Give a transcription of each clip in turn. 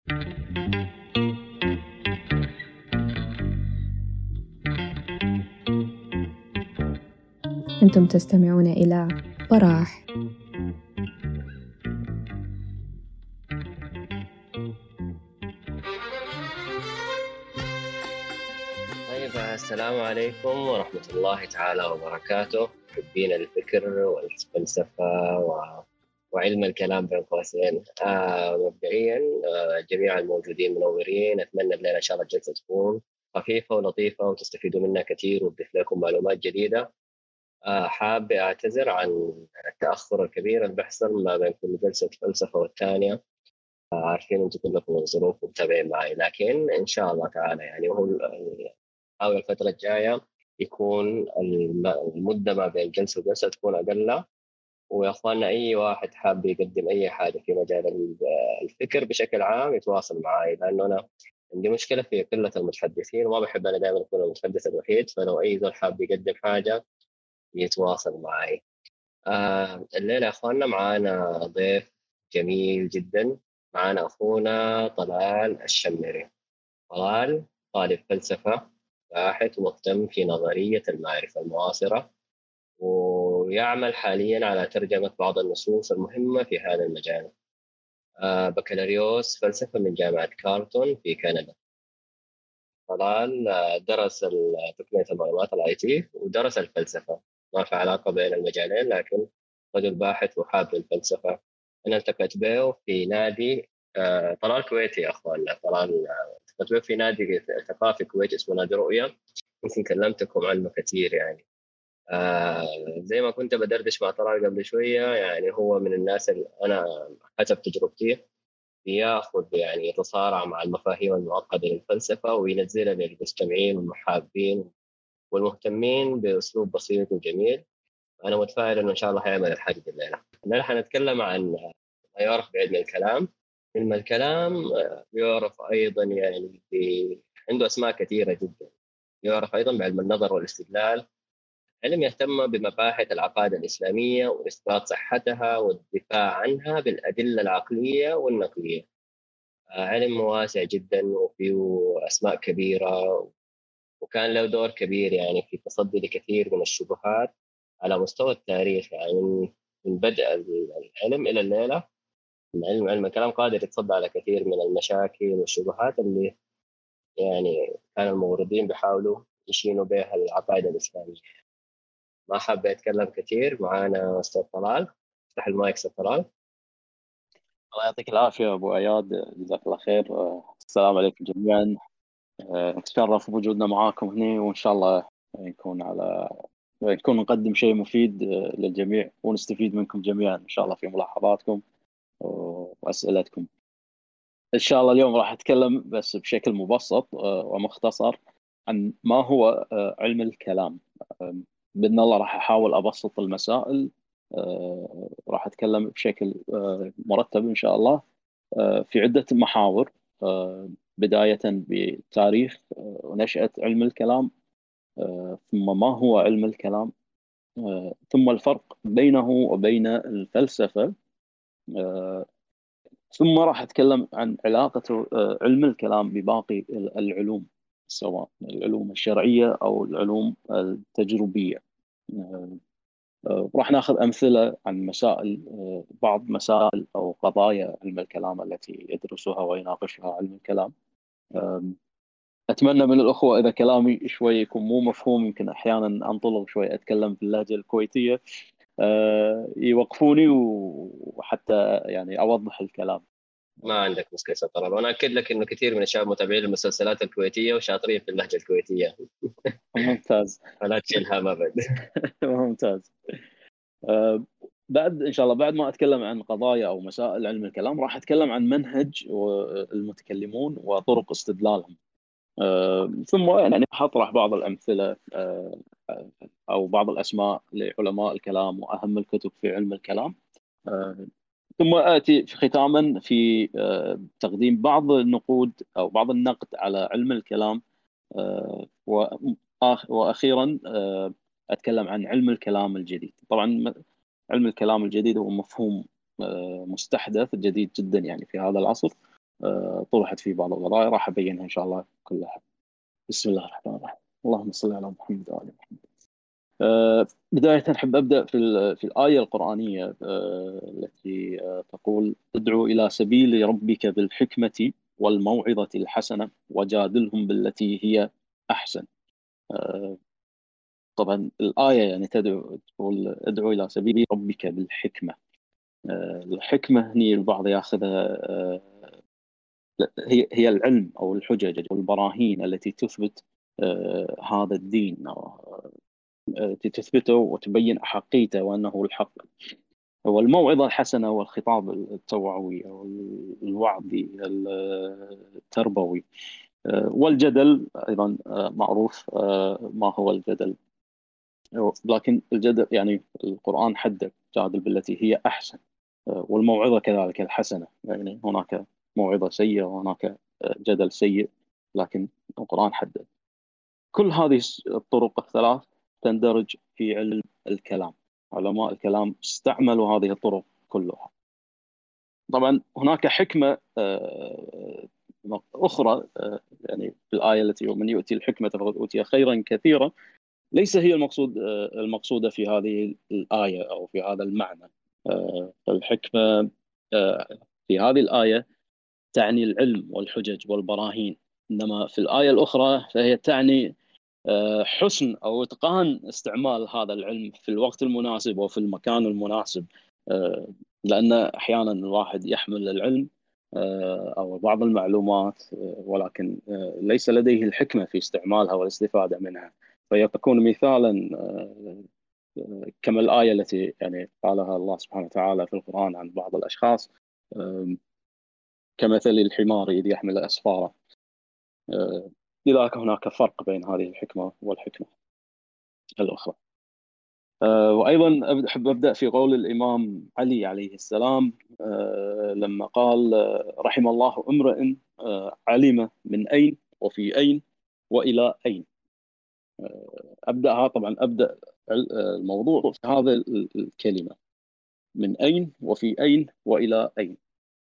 أنتم تستمعون إلى براح. طيب، السلام عليكم ورحمة الله تعالى وبركاته، محبين الفكر والفلسفة وعلم الكلام بين قوسين. مبدئيا، جميع الموجودين منورين. أتمنى الليلة إن شاء الله الجلسة تكون خفيفة ولطيفة وتستفيدوا منها كثير وتضيف لكم معلومات جديدة. حاب أعتذر عن التأخر الكبير اللي بيحصل ما بين كل جلسة فلسفة والثانية. عارفين أنتم كلكم الظروف ومتابعين معي، لكن إن شاء الله تعالى يعني هو أو الفترة الجاية يكون المدة ما بين جلسة وجلسة تكون أقل. ويا أخواننا، أي واحد حاب يقدم أي حاجة في مجال الفكر بشكل عام يتواصل معي، لأنه أنا عندي مشكلة في قلة المتحدثين وما بحب أنا دائما أكون المتحدث الوحيد. فلو أي زول حاب يقدم حاجة يتواصل معي. الليلة يا أخواننا معانا ضيف جميل جدا. معانا أخونا طلال الشمري. طلال طالب فلسفة، باحث مهتم في نظرية المعرفة المعاصرة، ويعمل حاليا على ترجمة بعض النصوص المهمة في هذا المجال. بكالوريوس فلسفة من جامعة كارلتون في كندا. طلال درس تقنية المعلومات الاي تي ودرس الفلسفة. ما في علاقة بين المجالين، لكن رجل باحث وحاب الفلسفة. أنا التقيت به في نادي. طلال كويتي يا أخواننا. طلال التقيت به في نادي ثقافي كويتي اسمه نادي رؤية. يمكن كلمتكم عنه كثير يعني. زي ما كنت بدردش مع طلال قبل شوية، يعني هو من الناس اللي أنا حسب تجربتي ياخذ يعني يتصارع مع المفاهيم المعقدة للفلسفة وينزلها للمستمعين والمحابين والمهتمين بأسلوب بسيط وجميل. أنا متفائل إنه إن شاء الله حيعمل الحاجة دي الليلة. الليلة حنتكلم عن ما يعرف بعلم الكلام. علم الكلام يعرف أيضا يعني عنده أسماء كثيرة جدا. يعرف أيضا بعلم النظر والاستدلال. علم يهتم بمباحث العقائد الإسلامية وإثبات صحتها والدفاع عنها بالأدلة العقلية والنقلية. علم واسع جدا وفيه أسماء كبيرة، وكان له دور كبير يعني في التصدي لكثير من الشبهات على مستوى التاريخ. يعني من بدء العلم إلى الليلة، علم الكلام قادر يتصدى على كثير من المشاكل والشبهات اللي يعني كان الموردين بيحاولوا يشينوا بها العقائد الإسلامية. ما حابة أتكلم كثير. معانا أستاذ طلال. افتح المايك أستاذ طلال. الله يعطيك العافية أبو أياد، جزاك الله خير. السلام عليكم جميعا. نتشرف بوجودنا معاكم هنا، وإن شاء الله نكون نقدم شيء مفيد للجميع ونستفيد منكم جميعا إن شاء الله في ملاحظاتكم وأسئلتكم. إن شاء الله اليوم راح أتكلم بس بشكل مبسط ومختصر عن ما هو علم الكلام. بإذن الله راح أحاول أبسط المسائل. راح أتكلم بشكل مرتب إن شاء الله في عدة محاور، بداية بتاريخ ونشأة علم الكلام، ثم ما هو علم الكلام، ثم الفرق بينه وبين الفلسفة، ثم راح أتكلم عن علاقة علم الكلام بباقي العلوم، سواء العلوم الشرعية أو العلوم التجريبية. راح ناخذ أمثلة عن بعض مسائل أو قضايا علم الكلام التي يدرسها ويناقشها علم الكلام. أتمنى من الأخوة إذا كلامي شوي يكون مو مفهوم، يمكن أحيانا أنطلق شوي أتكلم باللهجة الكويتية، يوقفوني وحتى يعني أوضح الكلام. ما عندك مشكلة طبعا، وانا اكد لك انه كثير من الشباب متابعين المسلسلات الكويتيه وشاطرين في اللهجه الكويتيه. ممتاز. فلا تشيل هم ابد. ممتاز. بعد إن شاء الله بعد ما أتكلم عن قضايا أو مسائل علم الكلام، راح أتكلم عن منهج المتكلمون وطرق استدلالهم. ثم يعني حطرح بعض الأمثلة أو بعض الأسماء لعلماء الكلام وأهم الكتب في علم الكلام. ثم آتي ختاما في تقديم بعض النقود أو بعض النقد على علم الكلام. وأخيرا أتكلم عن علم الكلام الجديد. طبعا علم الكلام الجديد هو مفهوم مستحدث جديد جدا يعني في هذا العصر، طرحت في بعض القضايا، راح أبينها إن شاء الله كلها. بسم الله الرحمن الرحيم. اللهم صل على محمد وآل محمد. بداية أحب أبدأ في الآية القرآنية التي تقول: ادعو إلى سبيل ربك بالحكمة والموعظة الحسنة وجادلهم بالتي هي أحسن. طبعا الآية يعني تقول ادعو إلى سبيل ربك بالحكمة. الحكمة هني البعض ياخذها هي العلم أو الحجج والبراهين التي تثبت هذا الدين، أو تثبته وتبين أحقيته وأنه الحق. والموعظة الحسنة والخطاب التوعوي أو الوعظي التربوي. والجدل أيضا معروف ما هو الجدل، لكن الجدل يعني القرآن حدد: جادل بالتي هي أحسن. والموعظة كذلك الحسنة، يعني هناك موعظة سيئة وهناك جدل سيء، لكن القرآن حدد. كل هذه الطرق الثلاث تندرج في علم الكلام. علماء الكلام استعملوا هذه الطرق كلها. طبعا هناك حكمة أخرى، يعني في الآية التي: ومن يؤتي الحكمة فقد أوتي خيرا كثيرا، ليس هي المقصودة في هذه الآية أو في هذا المعنى. الحكمة في هذه الآية تعني العلم والحجج والبراهين، إنما في الآية الأخرى فهي تعني حسن أو إتقان استعمال هذا العلم في الوقت المناسب وفي المكان المناسب. لأن أحيانا الواحد يحمل العلم أو بعض المعلومات، ولكن ليس لديه الحكمة في استعمالها والاستفادة منها، فيكون مثالا كما الآية التي يعني قالها الله سبحانه وتعالى في القرآن عن بعض الأشخاص: كمثل الحمار إذ يحمل أسفاره. لذلك هناك فرق بين هذه الحكمة والحكمة الأخرى. وأيضا أحب أبدأ في قول الإمام علي عليه السلام لما قال: رحم الله امرئ علم من أين وفي أين وإلى أين. أبدأ الموضوع في هذا الكلمة: من أين وفي أين وإلى أين.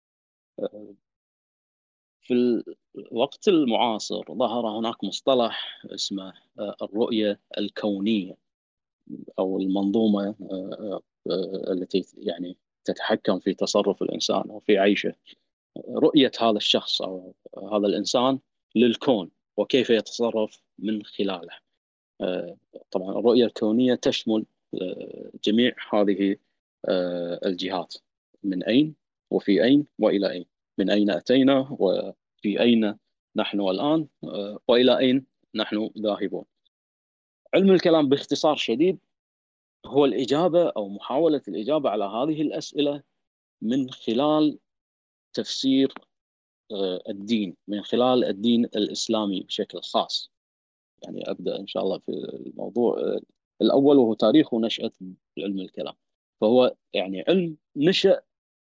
في الوقت المعاصر ظهر هناك مصطلح اسمه الرؤية الكونية، أو المنظومة التي يعني تتحكم في تصرف الإنسان وفي عيشه. رؤية هذا الشخص أو هذا الإنسان للكون وكيف يتصرف من خلاله. طبعا الرؤية الكونية تشمل جميع هذه الجهات: من أين وفي أين وإلى أين، من أين أتينا وفي أين نحن الآن وإلى أين نحن ذاهبون. علم الكلام باختصار شديد هو الإجابة أو محاولة الإجابة على هذه الأسئلة من خلال تفسير الدين، من خلال الدين الإسلامي بشكل خاص. يعني أبدأ إن شاء الله في الموضوع الأول، وهو تاريخ ونشأة علم الكلام. فهو يعني علم نشأ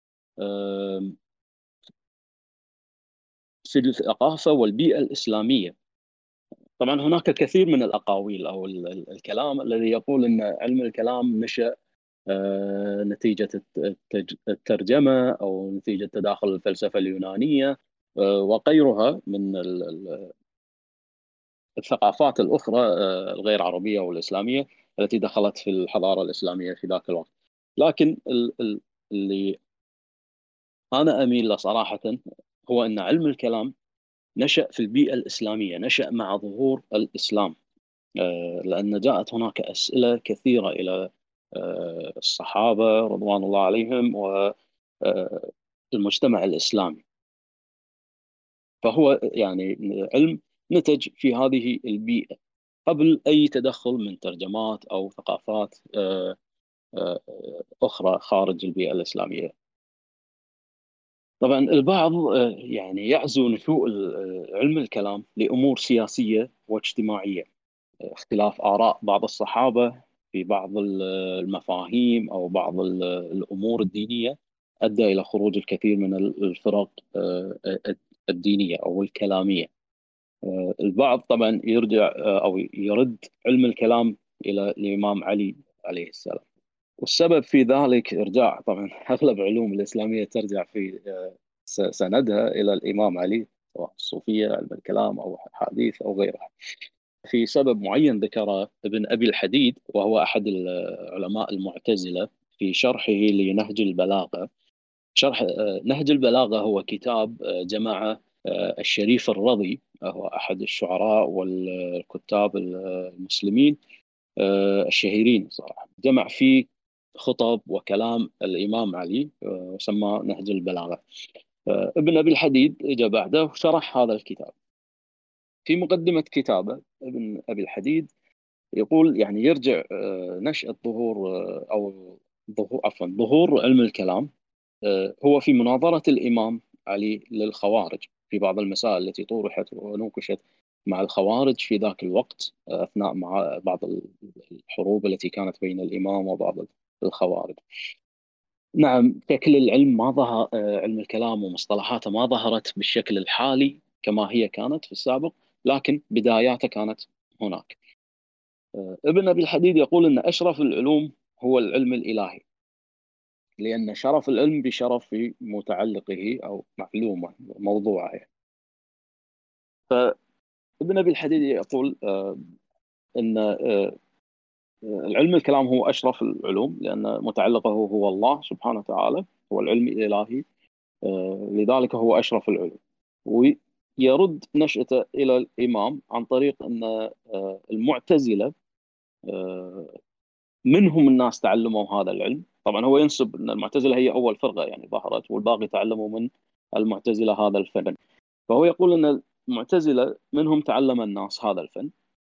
في الثقافة والبيئة الإسلامية. طبعا هناك كثير من الأقاويل أو الكلام الذي يقول أن علم الكلام نشأ نتيجة الترجمة أو نتيجة تداخل الفلسفة اليونانية وغيرها من الثقافات الأخرى الغير عربية والإسلامية التي دخلت في الحضارة الإسلامية في ذاك الوقت. لكن اللي أنا أميل له صراحة هو أن علم الكلام نشأ في البيئة الإسلامية، نشأ مع ظهور الإسلام، لأن جاءت هناك أسئلة كثيرة إلى الصحابة رضوان الله عليهم والمجتمع الإسلامي. فهو يعني علم نتج في هذه البيئة قبل أي تدخل من ترجمات أو ثقافات أخرى خارج البيئة الإسلامية. طبعا البعض يعني يعزو نشوء علم الكلام لأمور سياسية واجتماعية، اختلاف آراء بعض الصحابة في بعض المفاهيم أو بعض الأمور الدينية أدى إلى خروج الكثير من الفرق الدينية أو الكلامية. البعض طبعا يرجع أو يرد علم الكلام إلى الإمام علي عليه السلام، والسبب في ذلك إرجاع طبعا أغلب علوم الإسلامية ترجع في سندها إلى الإمام علي، سواء الصوفية، علم الكلام، أو الحديث أو غيرها. في سبب معين ذكره ابن أبي الحديد، وهو أحد العلماء المعتزلة، في شرحه لنهج البلاغة. شرح نهج البلاغة هو كتاب جمعه الشريف الرضي، هو أحد الشعراء والكتاب المسلمين الشهيرين صراحة. جمع فيه خطب وكلام الإمام علي وسماه نهج البلاغة. ابن أبي الحديد جاء بعده وشرح هذا الكتاب. في مقدمة كتابه ابن أبي الحديد يقول يعني يرجع نشأة ظهور أو ظهور عفوا ظهور علم الكلام هو في مناظرة الإمام علي للخوارج في بعض المسائل التي طرحت ونوقشت مع الخوارج في ذاك الوقت، أثناء مع بعض الحروب التي كانت بين الإمام وبعض الخوارج. نعم، شكل العلم ما ظهر، علم الكلام ومصطلحاته ما ظهرت بالشكل الحالي كما هي كانت في السابق، لكن بداياته كانت هناك. ابن أبي الحديد يقول أن أشرف العلوم هو العلم الإلهي، لأن شرف العلم بشرف متعلقه أو معلومة موضوعه. فابن أبي الحديد يقول أن العلم الكلام هو أشرف العلوم، لأن متعلقه هو الله سبحانه وتعالى، هو العلم الإلهي، لذلك هو أشرف العلوم. ويرد نشأته إلى الإمام عن طريق أن المعتزلة منهم الناس تعلموا هذا العلم. طبعا هو ينسب أن المعتزلة هي أول فرقة يعني ظهرت، والباقي تعلموا من المعتزلة هذا الفن. فهو يقول أن المعتزلة منهم تعلم الناس هذا الفن،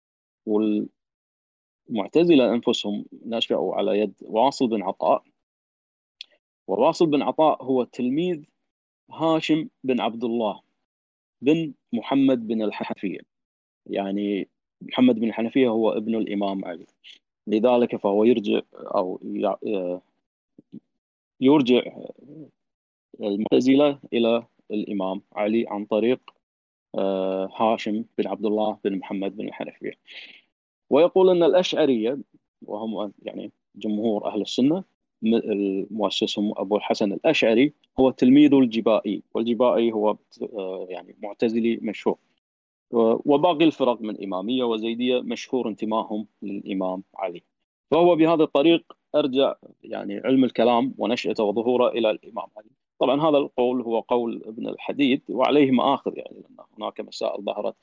والمعتزلة أنفسهم نشأوا على يد واصل بن عطاء. وواصل بن عطاء هو تلميذ هاشم بن عبد الله بن محمد بن الحنفية، يعني محمد بن الحنفية هو ابن الإمام علي. لذلك فهو يرجع أو يرجع المعتزلة إلى الإمام علي عن طريق هاشم بن عبد الله بن محمد بن الحنفية. ويقول أن الأشعرية، وهم يعني جمهور أهل السنة، مؤسسهم أبو الحسن الأشعري هو تلميذ الجبائي، والجبائي هو يعني معتزلي مشهور. وباقي الفرق من إمامية وزيدية مشهور انتمائهم للإمام علي. فهو بهذا الطريق أرجع يعني علم الكلام ونشأته وظهوره إلى الإمام علي. طبعا هذا القول هو قول ابن الحديد وعليه مآخذ، يعني لأن هناك مسائل ظهرت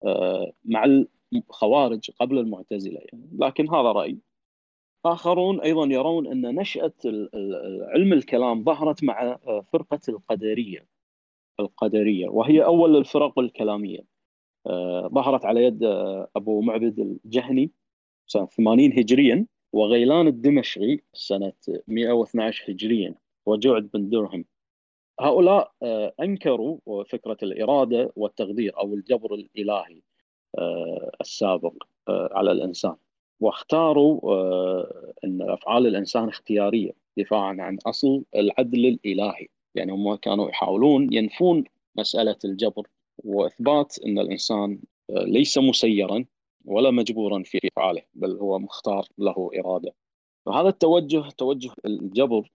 مع الخوارج قبل المعتزلة يعني. لكن هذا رأي. آخرون أيضا يرون أن نشأة علم الكلام ظهرت مع فرقة القدرية، وهي أول الفرق الكلامية. ظهرت على يد أبو معبد الجهني سنة 80 هجريا، وغيلان الدمشقي سنة 112 هجريا، وجعد بن درهم. هؤلاء أنكروا فكرة الإرادة والتقدير أو الجبر الإلهي السابق على الإنسان، واختاروا أن أفعال الإنسان اختيارية دفاعا عن أصل العدل الإلهي. يعني هم كانوا يحاولون ينفون مسألة الجبر، وإثبات أن الإنسان ليس مسيرا ولا مجبورا في أفعاله، بل هو مختار له إرادة. فهذا توجه الجبر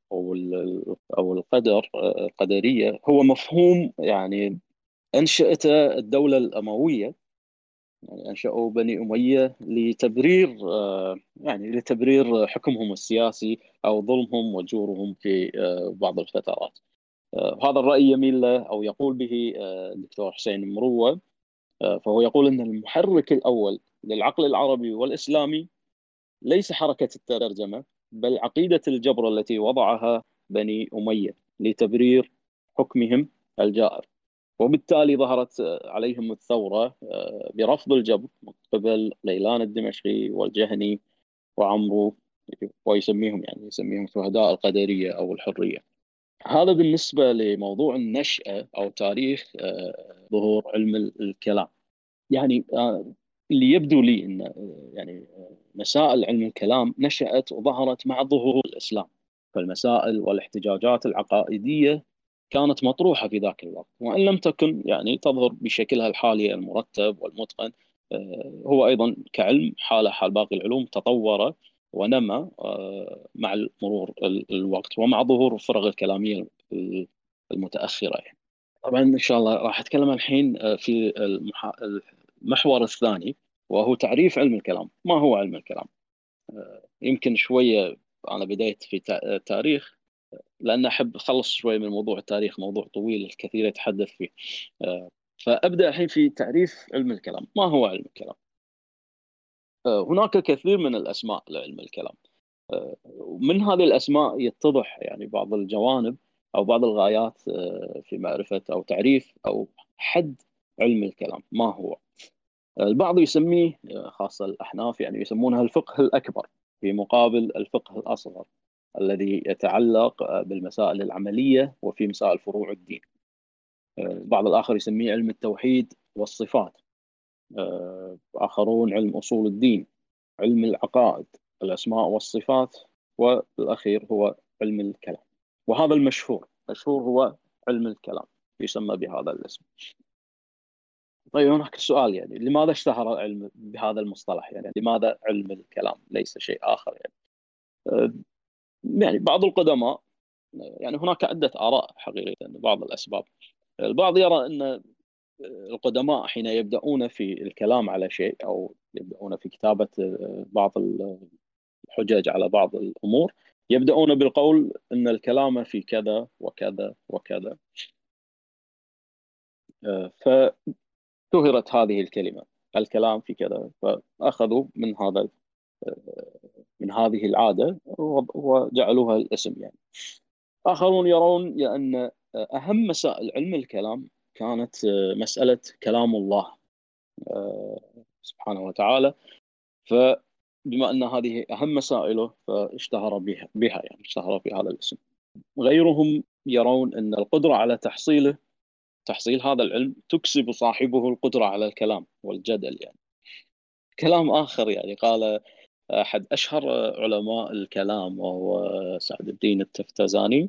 أو القدر القدرية هو مفهوم يعني أنشأته الدولة الأموية. يعني أنشأوا بني أمية لتبرير يعني لتبرير حكمهم السياسي أو ظلمهم وجورهم في بعض الفترات. وهذا الرأي يميل له أو يقول به الدكتور حسين مروة. فهو يقول أن المحرك الأول للعقل العربي والإسلامي ليس حركة الترجمة، بل عقيدة الجبر التي وضعها بني أمية لتبرير حكمهم الجائر. وبالتالي ظهرت عليهم الثورة برفض الجبر من قبل غيلان الدمشقي والجهني وعمرو، ويسميهم يعني يسميهم شهداء القدرية أو الحرية. هذا بالنسبة لموضوع النشأة أو تاريخ ظهور علم الكلام. يعني اللي يبدو لي أن يعني مسائل علم الكلام نشأت وظهرت مع ظهور الإسلام، فالمسائل والاحتجاجات العقائدية كانت مطروحة في ذاك الوقت، وإن لم تكن يعني تظهر بشكلها الحالي المرتب والمتقن. هو أيضا كعلم حال باقي العلوم تطور ونمى مع مرور الوقت ومع ظهور الفرق الكلامية المتأخرة يعني. طبعا إن شاء الله راح أتكلم الحين في المحور الثاني، وهو تعريف علم الكلام. ما هو علم الكلام؟ يمكن شوية أنا بديت في تاريخ، لأن أحب أخلص شوي من موضوع التاريخ، موضوع طويل الكثير يتحدث فيه. فأبدأ الحين في تعريف علم الكلام. ما هو علم الكلام؟ هناك كثير من الأسماء لعلم الكلام. ومن هذه الأسماء يتضح يعني بعض الجوانب أو بعض الغايات في معرفة أو تعريف أو حد علم الكلام ما هو. البعض يسميه خاصة الأحناف يعني يسمونها الفقه الأكبر في مقابل الفقه الأصغر الذي يتعلق بالمسائل العملية وفي مسائل فروع الدين. البعض الآخر يسميه علم التوحيد والصفات. آخرون علم أصول الدين، علم العقائد، الأسماء والصفات، والأخير هو علم الكلام. وهذا المشهور هو علم الكلام، يسمى بهذا الاسم. طيب هناك السؤال يعني لماذا اشتهر العلم بهذا المصطلح؟ يعني لماذا علم الكلام ليس شيء آخر؟ يعني بعض القدماء، يعني هناك عدة آراء حقيقة. بعض الأسباب، البعض يرى أن القدماء حين يبدأون في الكلام على شيء أو يبدأون في كتابة بعض الحجج على بعض الأمور، يبدأون بالقول أن الكلام في كذا وكذا وكذا. فشهرت هذه الكلمة الكلام في كذا، فأخذوا من هذه العادة وجعلوها الاسم يعني. آخرون يرون أن أهم مسائل علم الكلام كانت مسألة كلام الله سبحانه وتعالى. فبما أن هذه أهم مسائله فاشتهر بها يعني اشتهر في هذا الاسم. غيرهم يرون أن القدرة على تحصيل هذا العلم تكسب صاحبه القدرة على الكلام والجدل يعني. كلام آخر يعني قال أحد أشهر علماء الكلام وهو سعد الدين التفتزاني،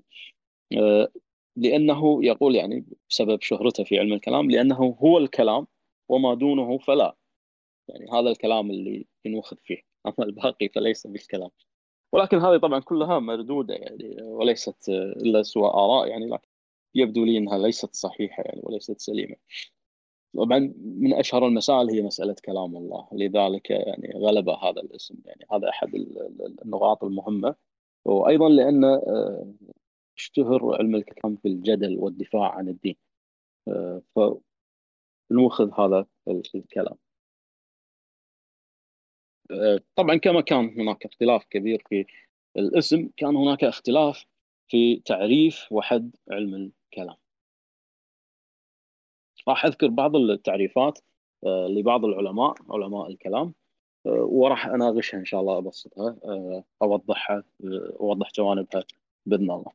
لأنه يقول يعني بسبب شهرته في علم الكلام لأنه هو الكلام وما دونه فلا. يعني هذا الكلام اللي نوخذ فيه، أما الباقي فليس بالكلام. ولكن هذه طبعا كلها مردودة يعني، وليست إلا سوى آراء يعني، لكن يبدو لي أنها ليست صحيحة يعني وليست سليمة. طبعا من أشهر المسائل هي مسألة كلام الله، لذلك يعني غلب هذا الاسم. يعني هذا أحد النقاط المهمة. وأيضا لأن اشتهر علم الكلام في الجدل والدفاع عن الدين، فنوخذ هذا الكلام. طبعا كما كان هناك اختلاف كبير في الاسم، كان هناك اختلاف في تعريف وحد علم الكلام. راح أذكر بعض التعريفات لبعض العلماء، علماء الكلام، وراح أناقشها إن شاء الله، أبسطها، أوضحها، أوضح جوانبها بإذن الله.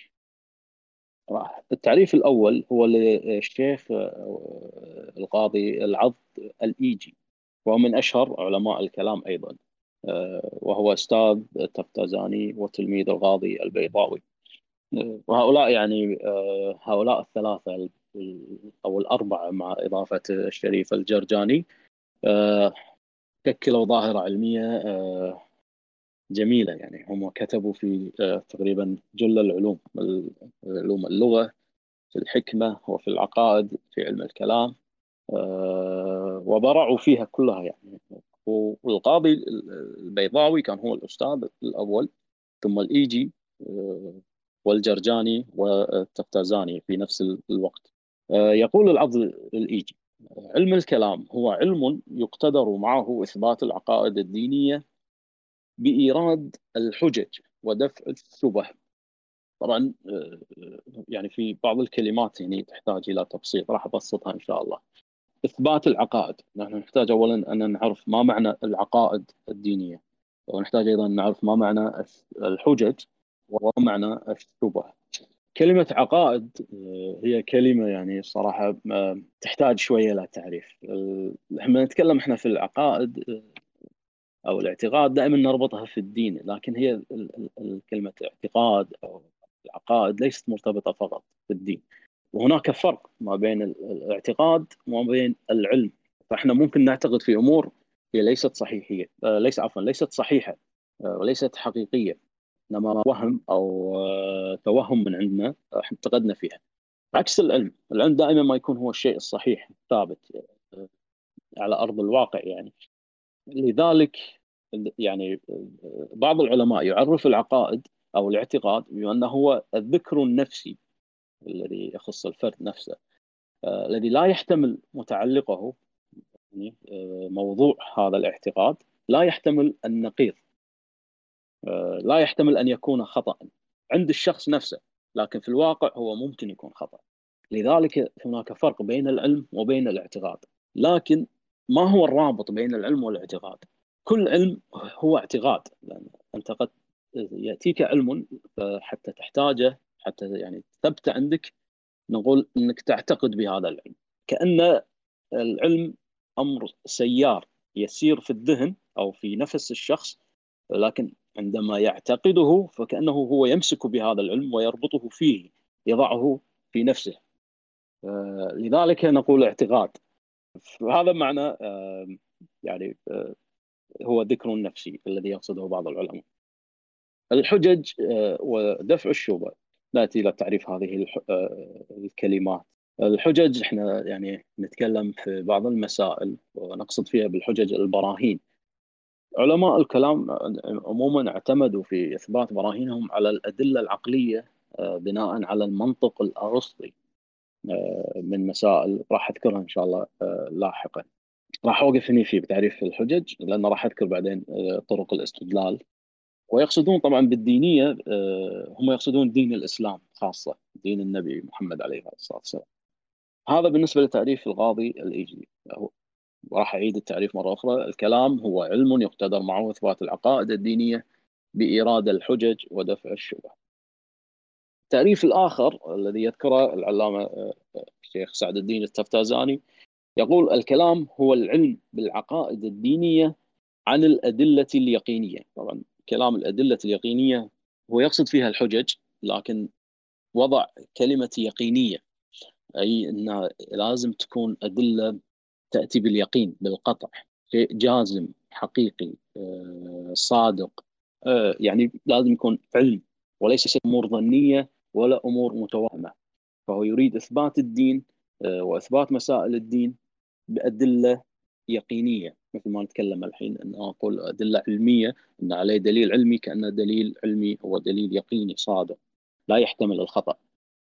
التعريف الأول هو للشيخ القاضي العض الإيجي، وهو من أشهر علماء الكلام أيضا، وهو أستاذ التفتزاني وتلميذ القاضي البيضاوي. وهؤلاء يعني هؤلاء الثلاثة أو الأربعة مع إضافة الشريف الجرجاني شكلوا ظاهرة علمية جميلة. يعني هم كتبوا في تقريبا جل العلوم، علوم اللغة، في الحكمة، وفي العقائد، في علم الكلام، وبرعوا فيها كلها يعني. والقاضي البيضاوي كان هو الأستاذ الأول، ثم الإيجي والجرجاني والتفتازاني في نفس الوقت. يقول العض الإيجي: علم الكلام هو علم يقتدر معه إثبات العقائد الدينية بإيراد الحجج ودفع الشبه. طبعا يعني في بعض الكلمات يعني تحتاج إلى تبسيط، راح أبسطها إن شاء الله. إثبات العقائد، نحن نحتاج أولا أن نعرف ما معنى العقائد الدينية، ونحتاج أيضا نعرف ما معنى الحجج وما معنى الشبه. كلمة عقائد هي كلمة يعني صراحة تحتاج شوية إلى تعريف. لما نتكلم احنا في العقائد أو الاعتقاد دائما نربطها في الدين، لكن هي كلمة اعتقاد أو العقائد ليست مرتبطة فقط في الدين. وهناك فرق ما بين الاعتقاد وما بين العلم. فاحنا ممكن نعتقد في امور هي ليست صحيحيه، ليست صحيحه، وليست حقيقيه، انما وهم او توهم من عندنا احنا اعتقدنا فيها. عكس العلم دائما ما يكون هو الشيء الصحيح الثابت على أرض الواقع يعني. لذلك يعني بعض العلماء يعرف العقائد أو الاعتقاد بأنه هو الذكر النفسي الذي يخص الفرد نفسه، الذي لا يحتمل متعلقه يعني موضوع هذا الاعتقاد لا يحتمل النقيض، لا يحتمل أن يكون خطأ عند الشخص نفسه، لكن في الواقع هو ممكن يكون خطأ. لذلك هناك فرق بين العلم وبين الاعتقاد. لكن ما هو الرابط بين العلم والاعتقاد؟ كل علم هو اعتقاد، لأن أنت قد يأتيك علم حتى تحتاجه، حتى يعني ثبت عندك، نقول أنك تعتقد بهذا العلم، كأن العلم أمر سيار يسير في الذهن أو في نفس الشخص، لكن عندما يعتقده فكأنه هو يمسك بهذا العلم ويربطه فيه، يضعه في نفسه. لذلك نقول اعتقاد. هذا معنى يعني هو ذكر نفسي الذي يقصده بعض العلماء. الحجج ودفع الشبهة، نأتي إلى تعريف هذه الكلمات. الحجج احنا يعني نتكلم في بعض المسائل ونقصد فيها بالحجج البراهين. علماء الكلام عموما اعتمدوا في إثبات براهينهم على الأدلة العقلية بناء على المنطق الأرسطي من مسائل راح أذكرها إن شاء الله لاحقا. راح أوقف هنا في تعريف الحجج لأن راح أذكر بعدين طرق الاستدلال. ويقصدون طبعا بالدينية هم يقصدون دين الإسلام خاصة، دين النبي محمد عليه الصلاة والسلام. هذا بالنسبة لتعريف القاضي الإيجلي. وراح أعيد التعريف مرة أخرى: الكلام هو علم يقتدر معه إثبات العقائد الدينية بإيراد الحجج ودفع الشبه. التعريف الآخر الذي يذكره العلامة الشيخ سعد الدين التفتازاني يقول: الكلام هو العلم بالعقائد الدينية عن الأدلة اليقينية. طبعا كلام الأدلة اليقينية هو يقصد فيها الحجج، لكن وضع كلمة يقينية أي أنها لازم تكون أدلة تأتي باليقين بالقطع، شيء جازم حقيقي صادق، يعني لازم يكون علم وليس أمور ظنية ولا أمور متوهمة. فهو يريد إثبات الدين وإثبات مسائل الدين بأدلة يقينية، مثل ما نتكلم الحين أن أقول أدلة علمية أن عليه دليل علمي، كأنه دليل علمي هو دليل يقيني صادق لا يحتمل الخطأ.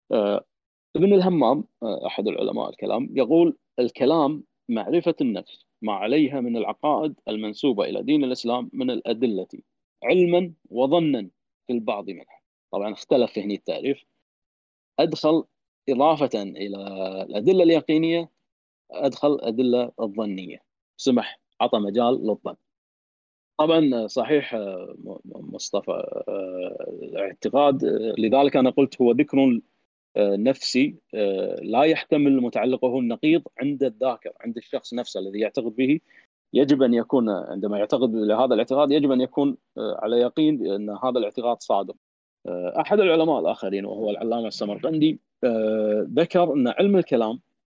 ابن الهمام أحد العلماء الكلام يقول: الكلام معرفة النفس ما عليها من العقائد المنسوبة إلى دين الإسلام من الأدلة علما وظنا في البعض منها. طبعا اختلف هنا التعريف، أدخل إضافة إلى الأدلة اليقينية أدخل أدلة الظنية، سمح عطى مجال للظن. طبعا صحيح مصطفى الاعتقاد، لذلك أنا قلت هو ذكر نفسي لا يحتمل متعلقه النقيض عند الذاكر، عند الشخص نفسه الذي يعتقد به. يجب أن يكون عندما يعتقد لهذا الاعتقاد يجب أن يكون على يقين بأن هذا الاعتقاد صادق. أحد العلماء الآخرين وهو العلامة السمرقندي ذكر أن علم الكلام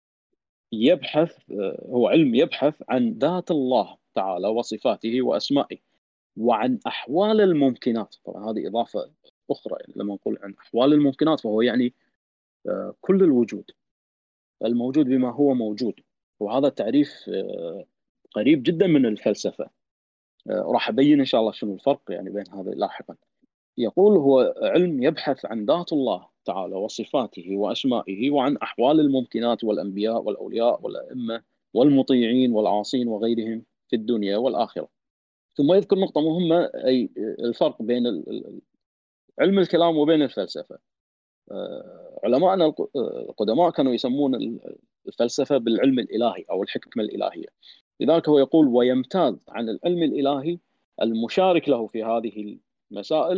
يبحث هو علم يبحث عن ذات الله تعالى وصفاته وأسمائه وعن أحوال الممكنات. طبعا هذه إضافة أخرى، يعني لما نقول عن أحوال الممكنات فهو يعني كل الوجود، الموجود بما هو موجود. وهذا التعريف قريب جدا من الفلسفة. راح أبين إن شاء الله شنو الفرق يعني بين هذا لاحقا. يقول هو علم يبحث عن ذات الله تعالى وصفاته وأسمائه وعن أحوال الممكنات والأنبياء والأولياء والأئمة والمطيعين والعاصين وغيرهم في الدنيا والآخرة. ثم يذكر نقطة مهمة، أي الفرق بين علم الكلام وبين الفلسفة. علماءنا القدماء كانوا يسمون الفلسفة بالعلم الإلهي أو الحكمة الإلهية. لذلك هو يقول: ويمتاز عن العلم الإلهي المشارك له في هذه المسائل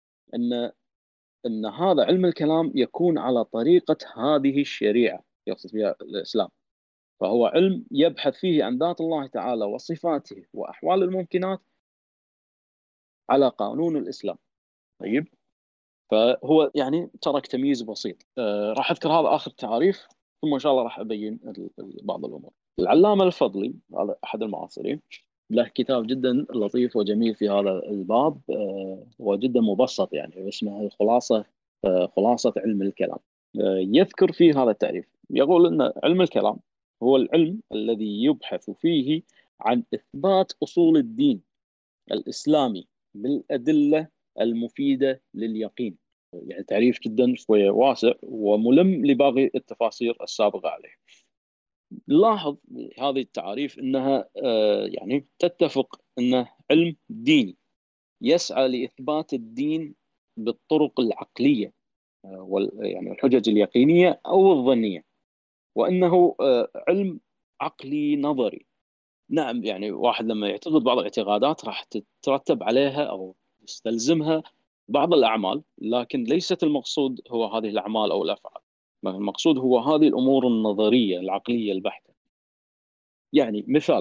أن هذا علم الكلام يكون على طريقة هذه الشريعة يقصد فيها الإسلام. فهو علم يبحث فيه عن ذات الله تعالى وصفاته وأحوال الممكنات على قانون الإسلام. طيب، فهو يعني ترك تمييز بسيط. راح أذكر هذا آخر تعريف، ثم إن شاء الله راح أبين بعض الأمور. العلامة الفضلي هذا أحد المعاصرين، له كتاب جدا لطيف وجميل في هذا الباب وجدا مبسط، يعني اسمه خلاصة علم الكلام. يذكر فيه هذا التعريف، يقول أن علم الكلام هو العلم الذي يبحث فيه عن إثبات أصول الدين الإسلامي بالأدلة المفيدة لليقين. يعني تعريف جدا شوية واسع وملم لباقي التفاصيل السابقة عليه. نلاحظ هذه التعاريف أنها يعني تتفق أنه علم ديني يسعى لإثبات الدين بالطرق العقلية يعني الحجج اليقينية أو الظنية، وأنه علم عقلي نظري. نعم، يعني واحد لما يعتقد بعض الاعتقادات راح تترتب عليها أو يستلزمها بعض الأعمال، لكن ليست المقصود هو هذه الأعمال أو الأفعال، المقصود هو هذه الأمور النظرية العقلية البحتة. يعني مثال،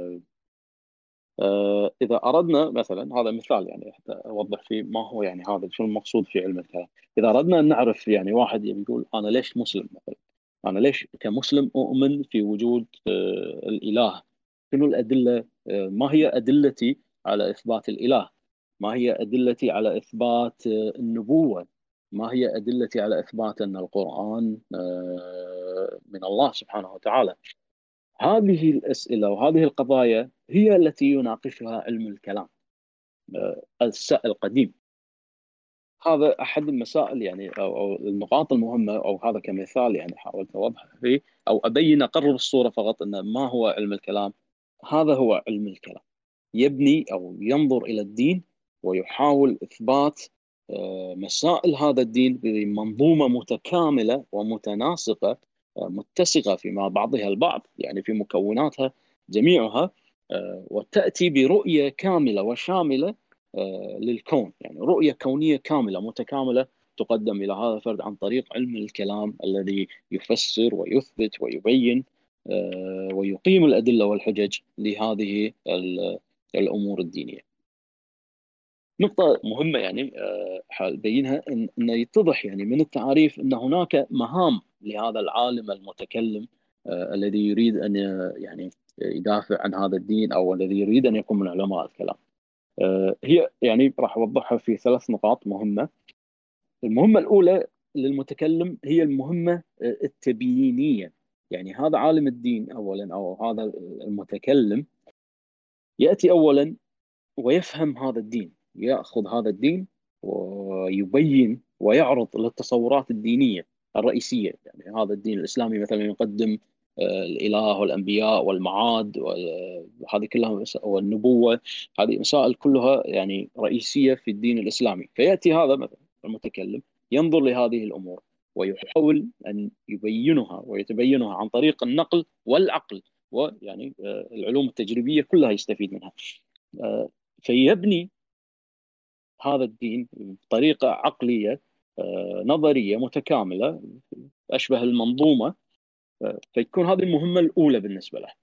إذا أردنا مثلا، هذا مثال يعني حتى أوضح فيه ما هو يعني هذا شو المقصود في علم الكلام. إذا أردنا أن نعرف، يعني واحد يقول أنا ليش مسلم مثلا، أنا ليش كمسلم أؤمن في وجود الإله، شنو الأدلة، ما هي أدلتي على إثبات الإله، ما هي أدلتي على إثبات النبوة، ما هي أدلتي على إثبات أن القرآن من الله سبحانه وتعالى. هذه الأسئلة وهذه القضايا هي التي يناقشها علم الكلام القديم. هذا أحد المسائل يعني أو النقاط المهمة، أو هذا كمثال يعني حاولت أوضح فيه أو أبين أقرب الصورة فقط أن ما هو علم الكلام. هذا هو علم الكلام، يبني أو ينظر إلى الدين ويحاول إثبات مسائل هذا الدين بمنظومة متكاملة ومتناسقة متسقة فيما بعضها البعض، يعني في مكوناتها جميعها، وتأتي برؤية كاملة وشاملة للكون، يعني رؤية كونية كاملة متكاملة تقدم إلى هذا الفرد عن طريق علم الكلام الذي يفسر ويثبت ويبين ويقيم الأدلة والحجج لهذه الأمور الدينية. نقطة مهمة يعني حال بينها أنه يتضح يعني من التعاريف أن هناك مهام لهذا العالم المتكلم الذي يريد أن يعني يدافع عن هذا الدين، أو الذي يريد أن يكون من علماء الكلام. هي يعني راح أوضحها في 3 نقاط مهمة. المهمة الأولى للمتكلم هي المهمة التبيينية. يعني هذا عالم الدين أولا، أو هذا المتكلم يأتي أولا ويفهم هذا الدين، يأخذ هذا الدين ويبين ويعرض للتصورات الدينية الرئيسية. يعني هذا الدين الإسلامي مثلا يقدم الإله والأنبياء والمعاد وهذه كلها والنبوة، هذه مسائل كلها يعني رئيسية في الدين الإسلامي. فيأتي هذا مثلا المتكلم ينظر لهذه الأمور ويحاول أن يبينها ويتبينها عن طريق النقل والعقل، ويعني العلوم التجريبية كلها يستفيد منها. فيبني هذا الدين بطريقة عقلية نظرية متكاملة أشبه المنظومة، فيكون هذه المهمة الأولى بالنسبة له.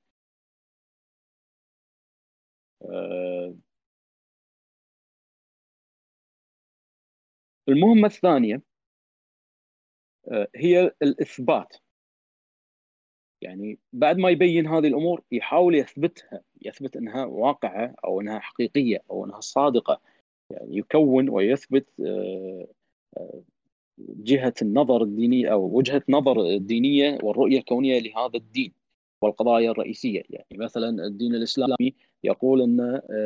المهمة الثانية هي الإثبات. يعني بعد ما يبين هذه الأمور يحاول يثبتها، يثبت أنها واقعة أو أنها حقيقية أو أنها صادقة. يعني يكون ويثبت جهة النظر الدينية أو وجهة نظر الدينية والرؤية الكونية لهذا الدين والقضايا الرئيسية. يعني مثلا الدين الإسلامي يقول أن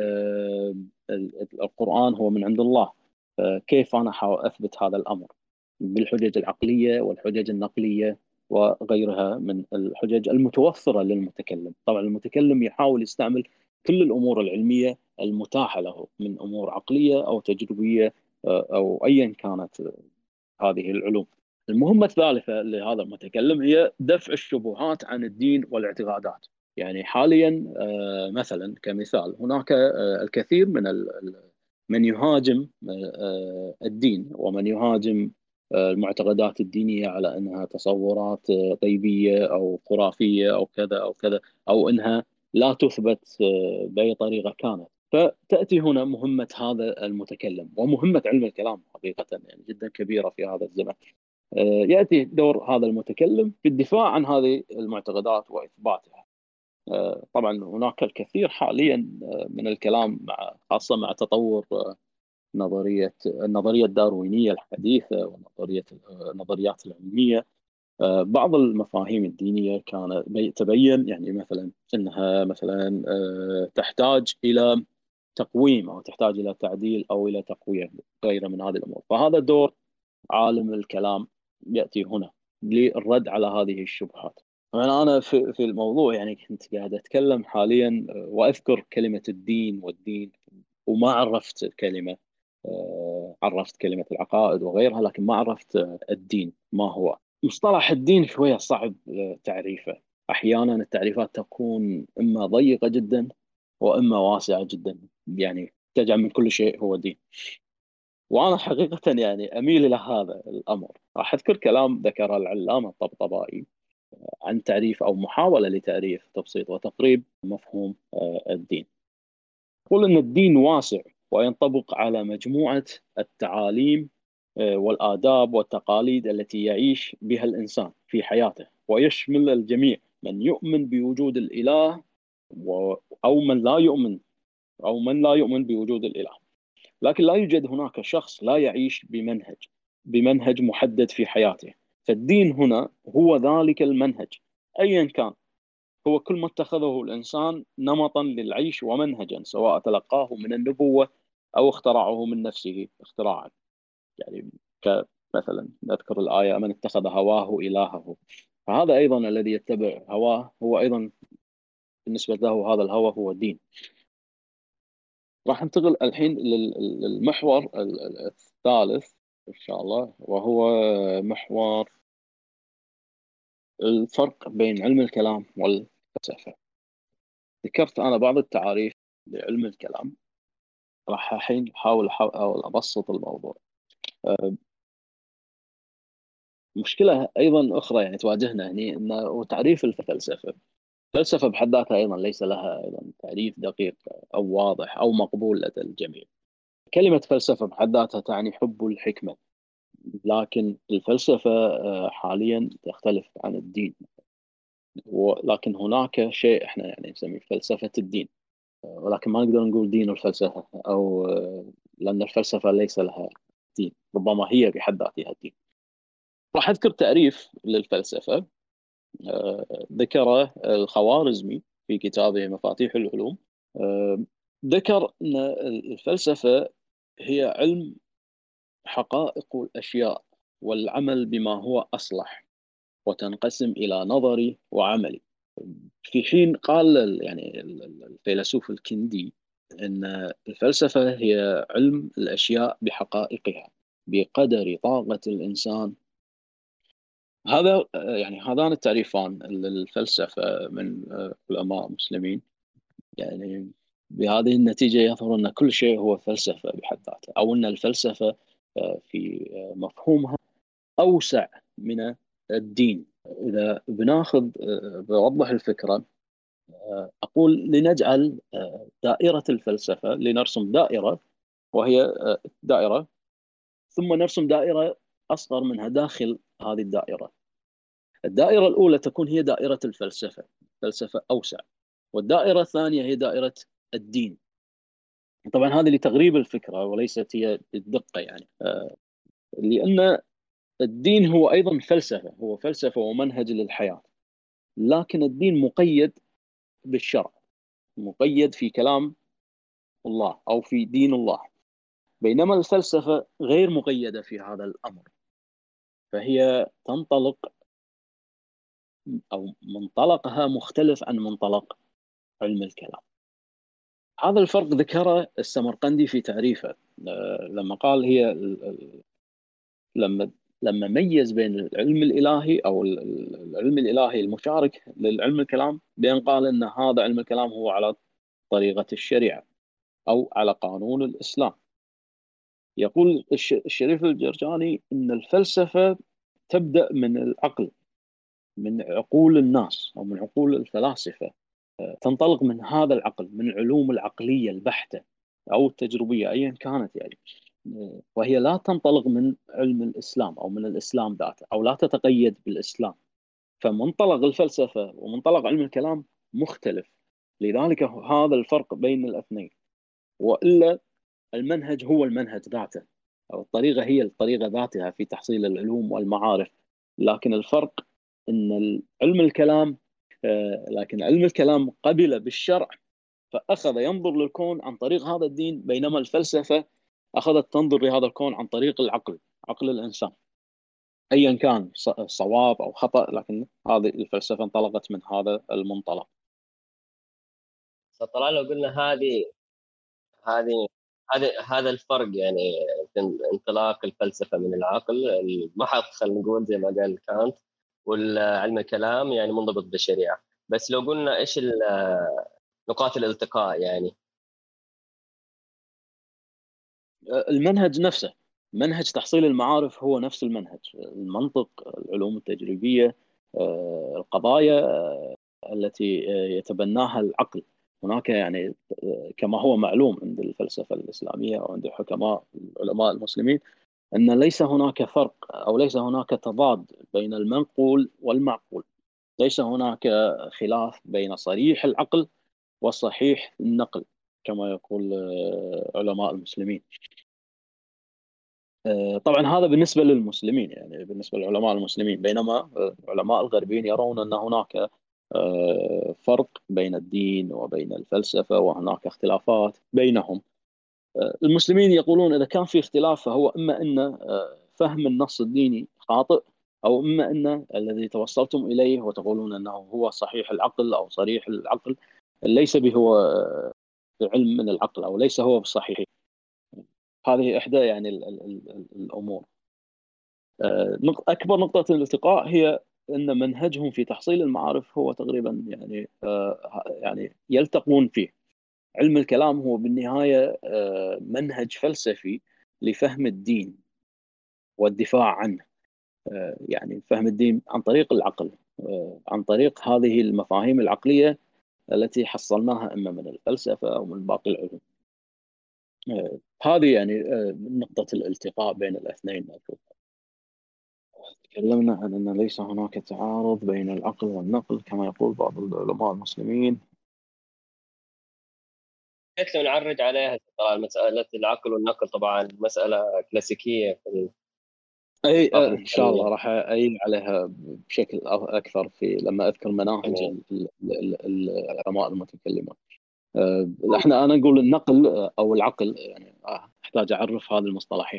القرآن هو من عند الله. كيف أنا أثبت هذا الأمر؟ بالحجج العقلية والحجج النقلية وغيرها من الحجج المتوفرة للمتكلم. طبعا المتكلم يحاول يستعمل كل الأمور العلمية المتاحة له من أمور عقلية أو تجريبية أو أيا كانت هذه العلوم. المهمة الثالثة لهذا المتكلم هي دفع الشبهات عن الدين والاعتقادات. يعني حاليا مثلا كمثال، هناك الكثير من من يهاجم الدين ومن يهاجم المعتقدات الدينية على أنها تصورات غيبية أو خرافية أو كذا أو كذا، أو أنها لا تثبت بأي طريقة كانت. فتأتي هنا مهمة هذا المتكلم ومهمة علم الكلام حقيقة يعني جدا كبيرة في هذا الزمن. يأتي دور هذا المتكلم في الدفاع عن هذه المعتقدات وإثباتها. طبعا هناك الكثير حاليا من الكلام، خاصة مع تطور النظرية الداروينية الحديثة والنظريات العلمية. بعض المفاهيم الدينية كان تبين يعني مثلا أنها مثلا تحتاج إلى تقويم أو تحتاج إلى تعديل أو إلى تقوية غيره من هذه الأمور. فهذا دور عالم الكلام يأتي هنا للرد على هذه الشبهات. أنا في الموضوع يعني كنت قاعد أتكلم حاليا وأذكر كلمة الدين والدين، وما عرفت كلمة عرفت كلمة العقائد وغيرها، لكن ما عرفت الدين ما هو. مصطلح الدين شوية صعب تعريفه. أحيانا التعريفات تكون إما ضيقة جدا وإما واسعة جدا، يعني تجعل من كل شيء هو دين. وأنا حقيقة يعني أميل إلى هذا الأمر. راح أذكر كلام ذكر العلامة الطبطبائي عن تعريف أو محاولة لتعريف تبسيط وتقريب مفهوم الدين. يقول أن الدين واسع وينطبق على مجموعة التعاليم والآداب والتقاليد التي يعيش بها الإنسان في حياته، ويشمل الجميع، من يؤمن بوجود الإله أو من لا يؤمن بوجود الإله. لكن لا يوجد هناك شخص لا يعيش بمنهج محدد في حياته. فالدين هنا هو ذلك المنهج أيا كان، هو كل ما اتخذه الإنسان نمطا للعيش ومنهجا، سواء تلقاه من النبوة أو اخترعه من نفسه اختراعا. يعني مثلا نذكر الآية: من اتخذ هواه إلهه. فهذا أيضا الذي يتبع هواه هو أيضا بالنسبة له هذا الهوى هو الدين. راح ننتقل الحين للمحور الثالث إن شاء الله، وهو محور الفرق بين علم الكلام والفلسفة. ذكرت أنا بعض التعاريف لعلم الكلام. راح الحين أحاول أبسط الموضوع. مشكلة أيضا أخرى يعني تواجهنا هنا، أنه تعريف الفلسفة. الفلسفة بحد ذاتها أيضا ليس لها أيضا تعريف دقيق أو واضح أو مقبول لدى الجميع. كلمة فلسفة بحد ذاتها تعني حب الحكمة، لكن الفلسفة حاليا تختلف عن الدين. ولكن هناك شيء احنا يعني نسميه فلسفة الدين، ولكن ما نقدر نقول دين الفلسفة، أو لأن الفلسفة ليس لها دين، ربما هي بحد ذاتها الدين. راح أذكر تعريف للفلسفة ذكره الخوارزمي في كتابه مفاتيح العلوم. ذكر أن الفلسفة هي علم حقائق الأشياء والعمل بما هو أصلح، وتنقسم إلى نظري وعملي. في حين قال يعني الفيلسوف الكندي أن الفلسفة هي علم الأشياء بحقائقها بقدر طاقة الإنسان. هذا يعني هذان التعريفان للفلسفة من علماء مسلمين. يعني بهذه النتيجة يظهر أن كل شيء هو فلسفة بحد ذاته، أو أن الفلسفة في مفهومها أوسع من الدين. إذا بناخذ بوضح الفكرة، أقول لنجعل دائرة الفلسفة، لنرسم دائرة وهي دائرة، ثم نرسم دائرة أصغر منها داخل هذه الدائرة. الدائرة الأولى تكون هي دائرة الفلسفة، فلسفة أوسع، والدائرة الثانية هي دائرة الدين. طبعا هذه لتغريب الفكرة وليست هي الدقة، يعني لأن الدين هو أيضا فلسفة، هو فلسفة ومنهج للحياة، لكن الدين مقيد بالشرع، مقيد في كلام الله أو في دين الله، بينما الفلسفة غير مقيدة في هذا الأمر. فهي تنطلق أو منطلقها مختلف عن منطلق علم الكلام. هذا الفرق ذكره السمرقندي في تعريفه لما قال هي لما ميز بين العلم الإلهي أو العلم الإلهي المشارك للعلم الكلام، بأن قال أن هذا علم الكلام هو على طريقة الشريعة أو على قانون الإسلام. يقول الشريف الجرجاني أن الفلسفة تبدأ من العقل، من عقول الناس أو من عقول الفلاسفة، تنطلق من هذا العقل، من العلوم العقلية البحتة أو التجربية أيا كانت يعني. وهي لا تنطلق من علم الإسلام أو من الإسلام ذاته، أو لا تتقيد بالإسلام. فمنطلق الفلسفة ومنطلق علم الكلام مختلف، لذلك هذا الفرق بين الاثنين. وإلا المنهج هو المنهج ذاته، أو الطريقة هي الطريقة ذاتها في تحصيل العلوم والمعارف. لكن الفرق أن علم الكلام لكن علم الكلام قبل بالشرع، فأخذ ينظر للكون عن طريق هذا الدين، بينما الفلسفة أخذت تنظر لهذا الكون عن طريق العقل، عقل الإنسان، أيا كان صواب أو خطأ، لكن هذه الفلسفة انطلقت من هذا المنطلق. فطبعا لو قلنا هذه هذا الفرق يعني في انطلاق الفلسفه من العقل المحض، خلينا نقول زي ما قال كانت، والعلم الكلام يعني منضبط بالشريعه. بس لو قلنا ايش نقاط الالتقاء يعني؟ المنهج نفسه، منهج تحصيل المعارف هو نفس المنهج، المنطق، العلوم التجريبية، القضايا التي يتبناها العقل. هناك يعني كما هو معلوم عند الفلسفة الإسلامية أو عند حكماء العلماء المسلمين، أن ليس هناك فرق أو ليس هناك تضاد بين المنقول والمعقول. ليس هناك خلاف بين صريح العقل وصحيح النقل كما يقول علماء المسلمين. طبعا هذا بالنسبة للمسلمين، يعني بالنسبة للعلماء المسلمين، بينما العلماء الغربيين يرون أن هناك فرق بين الدين وبين الفلسفة، وهناك اختلافات بينهم. المسلمين يقولون إذا كان في اختلاف فهو إما أن فهم النص الديني خاطئ، أو إما أن الذي توصلتم إليه وتقولون أنه هو صحيح العقل أو صريح العقل ليس به هو علم من العقل، أو ليس هو بالصحيح. هذه إحدى يعني الأمور. أكبر نقطة الالتقاء هي أن منهجهم في تحصيل المعارف هو تقريبا يعني يلتقون فيه. علم الكلام هو بالنهاية منهج فلسفي لفهم الدين والدفاع عنه، يعني فهم الدين عن طريق العقل، عن طريق هذه المفاهيم العقلية التي حصلناها إما من الفلسفة أو من باقي العلوم. هذه يعني نقطة الالتقاء بين الاثنين. تكلمنا عن أن ليس هناك تعارض بين العقل والنقل كما يقول بعض العلماء المسلمين. لو نعرج عليها طبعا مسألة العقل والنقل، طبعا مسألة كلاسيكية في أي الثقافة إن شاء الله الإسلامية. راح أعين عليها بشكل أكثر في لما أذكر مناهج يعني العلماء المتكلمين. أنا أقول النقل أو العقل، يعني أحتاج أعرف هذه المصطلحين.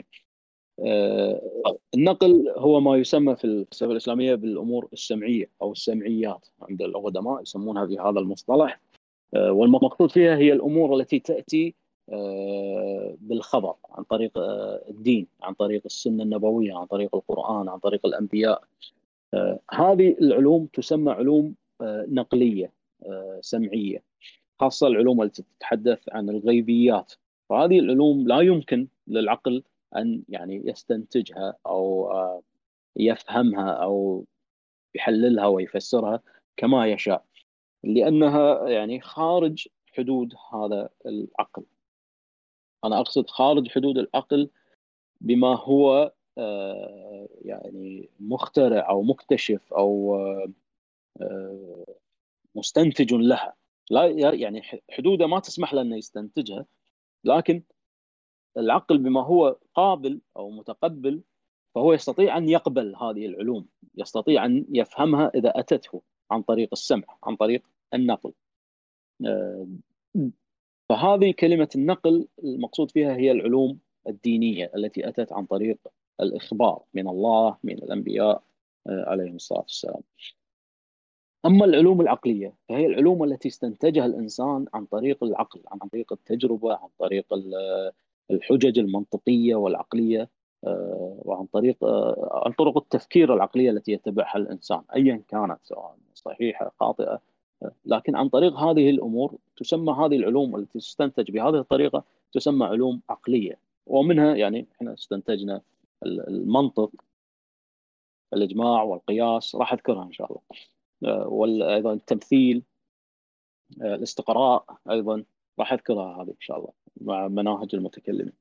النقل هو ما يسمى في الفلسفة الإسلامية بالأمور السمعية أو السمعيات، عند القدماء يسمونها بهذا المصطلح. والمقصود فيها هي الأمور التي تأتي بالخبر عن طريق الدين، عن طريق السنة النبوية، عن طريق القرآن، عن طريق الأنبياء. هذه العلوم تسمى علوم نقلية سمعية، خاصة العلوم التي تتحدث عن الغيبيات. فهذه العلوم لا يمكن للعقل أن يعني يستنتجها أو يفهمها أو يحللها ويفسرها كما يشاء، لأنها يعني خارج حدود هذا العقل. أنا أقصد خارج حدود العقل بما هو يعني مخترع أو مكتشف أو آه، مستنتج لها. لا يعني حدوده ما تسمح له أنه يستنتجها، لكن العقل بما هو قابل أو متقبل فهو يستطيع أن يقبل هذه العلوم، يستطيع أن يفهمها إذا أتته عن طريق السمع، عن طريق النقل. آه، فهذه كلمة النقل المقصود فيها هي العلوم الدينية التي أتت عن طريق الإخبار من الله، من الأنبياء عليهم الصلاة والسلام. أما العلوم العقلية فهي العلوم التي استنتجها الإنسان عن طريق العقل، عن طريق التجربة، عن طريق الحجج المنطقية والعقلية، وعن طريق عن طرق التفكير العقلية التي يتبعها الإنسان أيا كانت، سواء صحيحة خاطئة. لكن عن طريق هذه الأمور تسمى هذه العلوم التي تستنتج بهذه الطريقة تسمى علوم عقلية. ومنها يعني احنا استنتجنا المنطق، الإجماع والقياس، راح أذكرها إن شاء الله. وايضا التمثيل، الاستقراء ايضا راح اذكرها هذه ان شاء الله مع مناهج المتكلمين.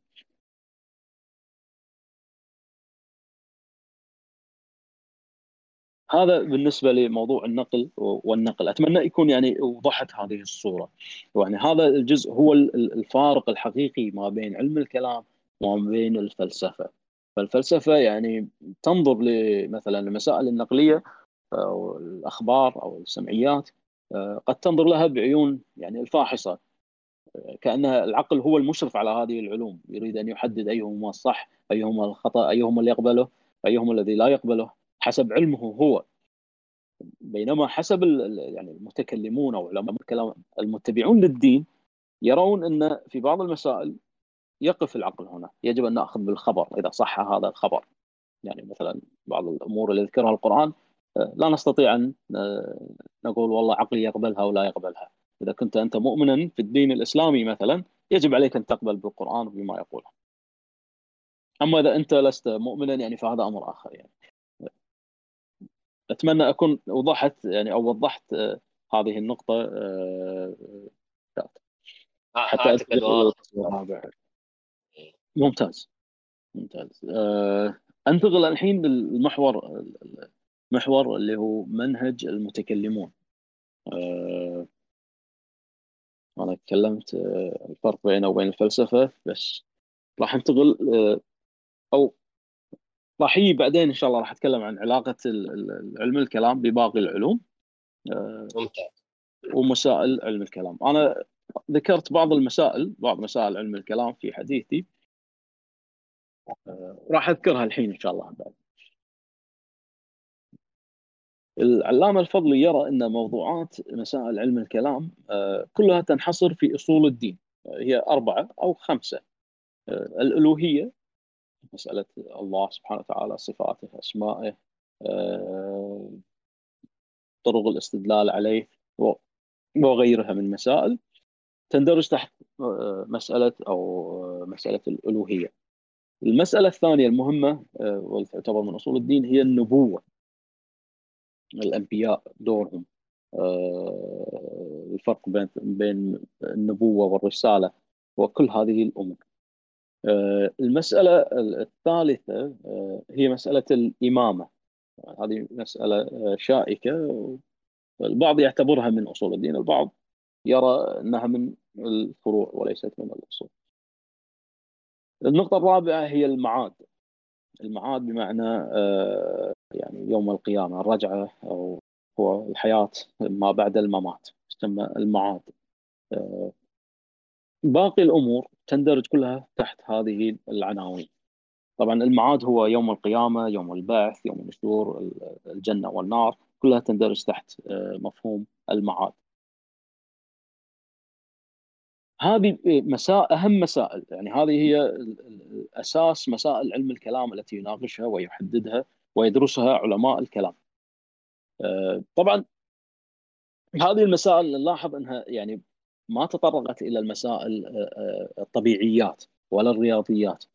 هذا بالنسبه لموضوع النقل والنقل. اتمنى يكون يعني وضحت هذه الصوره. يعني هذا الجزء هو الفارق الحقيقي ما بين علم الكلام وما بين الفلسفه. فالفلسفه يعني تنظر مثلا المسائل النقليه او الاخبار او السمعيات، قد تنظر لها بعيون يعني الفاحصه، كأن العقل هو المشرف على هذه العلوم، يريد أن يحدد أيهما الصح، أيهما الخطأ، أيهما اللي يقبله، أيهما الذي لا يقبله حسب علمه هو. بينما حسب يعني المتكلمون أو علماء الكلام المتبعون للدين يرون أن في بعض المسائل يقف العقل هنا، يجب أن نأخذ بالخبر إذا صح هذا الخبر. يعني مثلا بعض الأمور اللي ذكرها القرآن لا نستطيع أن نقول والله عقلي يقبلها ولا يقبلها. إذا كنت أنت مؤمنا في الدين الإسلامي مثلا يجب عليك أن تقبل بالقرآن بما يقوله. أما إذا أنت لست مؤمنا يعني فهذا أمر آخر. يعني أتمنى أكون وضحت يعني أو وضحت هذه النقطة، حتى اعتقد أنتقل واضح. للقسم الرابع. ممتاز ممتاز. أنتقل الحين للمحور، المحور اللي هو منهج المتكلمون. آه، أنا تكلمت الفرق بينه وبين الفلسفة، بس راح انتقل أو راح يجي بعدين إن شاء الله راح أتكلم عن علاقة علم الكلام بباقي العلوم ممتاز. ومسائل علم الكلام. أنا ذكرت بعض المسائل، بعض مسائل علم الكلام في حديثي، راح أذكرها الحين إن شاء الله بعد. العلامة الفضلي يرى أن موضوعات مسائل علم الكلام كلها تنحصر في أصول الدين. هي 4 أو 5. الألوهية، مسألة الله سبحانه وتعالى، صفاته، أسمائه، آه، طرق الاستدلال عليه وغيرها من مسائل تندرج تحت مسألة أو مسألة الألوهية. المسألة الثانية المهمة وتعتبر من أصول الدين هي النبوة، الأنبياء دورهم، الفرق بين النبوة والرسالة وكل هذه الأمور. المسألة الثالثة هي مسألة الإمامة. هذه مسألة شائكة، البعض يعتبرها من أصول الدين، البعض يرى أنها من الفروع وليست من الأصول. النقطة الرابعة هي المعاد. المعاد بمعنى يعني يوم القيامة، الرجعة، أو هو الحياة ما بعد الممات، تسمى المعاد. آه، باقي الأمور تندرج كلها تحت هذه العناوين. طبعا المعاد هو يوم القيامة، يوم البعث، يوم النشور، الجنة والنار، كلها تندرج تحت مفهوم المعاد. هذه أهم مسائل، يعني هذه هي أساس مسائل علم الكلام التي يناقشها ويحددها ويدرسها علماء الكلام. طبعا هذه المسائل نلاحظ أنها يعني ما تطرقت إلى المسائل الطبيعيات ولا الرياضيات،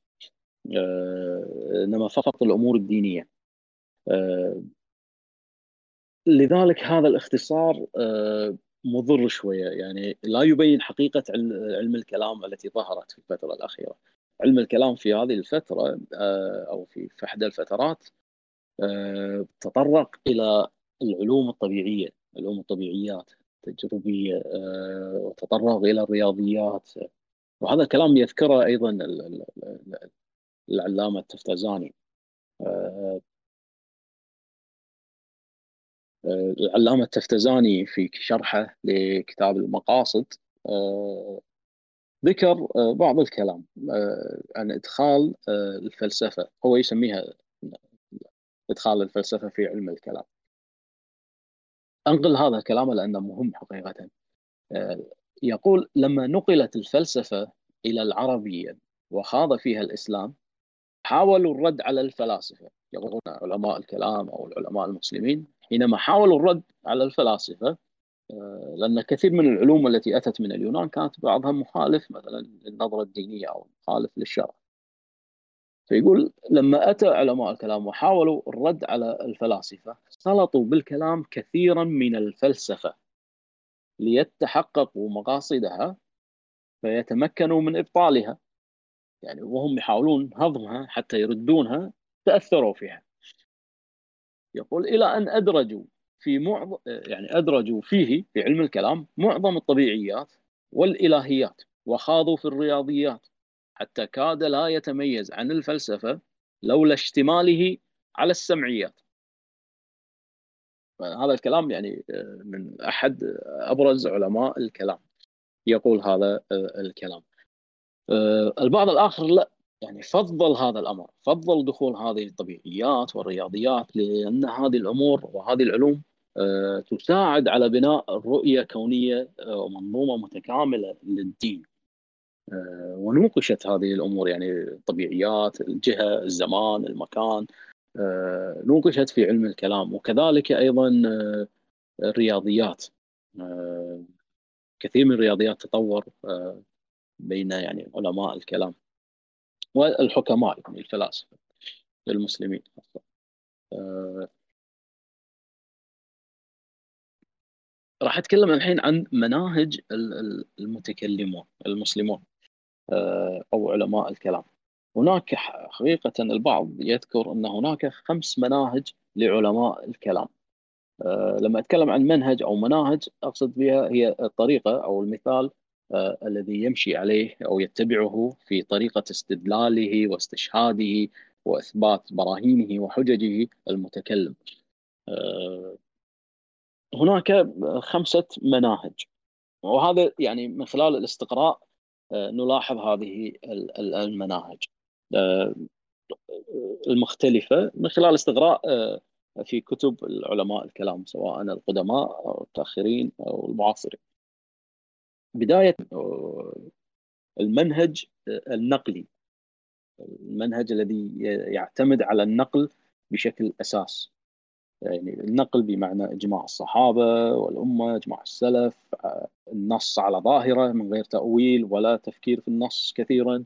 إنما فقط الأمور الدينية. آه، لذلك هذا الاختصار مضر شوية، يعني لا يبين حقيقة علم الكلام التي ظهرت في الفترة الأخيرة. علم الكلام في هذه الفترة أو في إحدى الفترات تطرق إلى العلوم الطبيعية، علوم الطبيعيات التجريبية، وتطرق إلى الرياضيات. وهذا الكلام يذكره أيضا العلامة التفتزاني. آه، العلامة التفتزاني في شرحه لكتاب المقاصد ذكر بعض الكلام عن إدخال الفلسفة، هو يسميها إدخال الفلسفة في علم الكلام. أنقل هذا الكلام لأنه مهم حقيقة. آه، يقول لما نقلت الفلسفة إلى العربية وخاض فيها الإسلام حاولوا الرد على الفلاسفة. يقولون علماء الكلام أو العلماء المسلمين حينما حاولوا الرد على الفلاسفة، لأن كثير من العلوم التي أتت من اليونان كانت بعضها مخالف مثلا للنظرة الدينية أو مخالف للشرع. فيقول لما أتى علماء الكلام وحاولوا الرد على الفلاسفة سلطوا بالكلام كثيرا من الفلسفة ليتحققوا مقاصدها فيتمكنوا من إبطالها. يعني وهم يحاولون هضمها حتى يردونها تأثروا فيها. يقول إلى أن أدرجوا في معظم، يعني أدرجوا فيه في علم الكلام معظم الطبيعيات والإلهيات، وخاضوا في الرياضيات، حتى كاد لا يتميز عن الفلسفة لولا اشتماله على السمعيات. هذا الكلام يعني من أحد أبرز علماء الكلام يقول هذا الكلام. البعض الآخر لا، يعني فضل هذا الأمر، فضل دخول هذه الطبيعيات والرياضيات، لأن هذه الأمور وهذه العلوم تساعد على بناء رؤية كونية ومنظومة متكاملة للدين. ونوقشت هذه الأمور، يعني الطبيعيات، الجهة، الزمان، المكان، نوقشت في علم الكلام، وكذلك أيضا الرياضيات. كثير من الرياضيات تطور بين يعني علماء الكلام والحكماء، يعني الفلاسفة المسلمين. آه، راح أتكلم الحين عن مناهج المتكلمون المسلمون أو علماء الكلام. هناك حقيقة البعض يذكر أن هناك 5 مناهج لعلماء الكلام. لما أتكلم عن منهج أو مناهج أقصد بها هي الطريقة أو المثال الذي يمشي عليه أو يتبعه في طريقة استدلاله واستشهاده وإثبات براهينه وحججه المتكلم. آه، هناك 5 مناهج، وهذا يعني من خلال الاستقراء نلاحظ هذه المناهج آه، المختلفة من خلال استقراء في كتب العلماء الكلام، سواء القدماء أو المتأخرين أو المعاصرين. بداية المنهج النقلي، المنهج الذي يعتمد على النقل بشكل أساس، يعني النقل بمعنى إجماع الصحابة والأمة، إجماع السلف، النص على ظاهرة من غير تأويل ولا تفكير في النص كثيرا،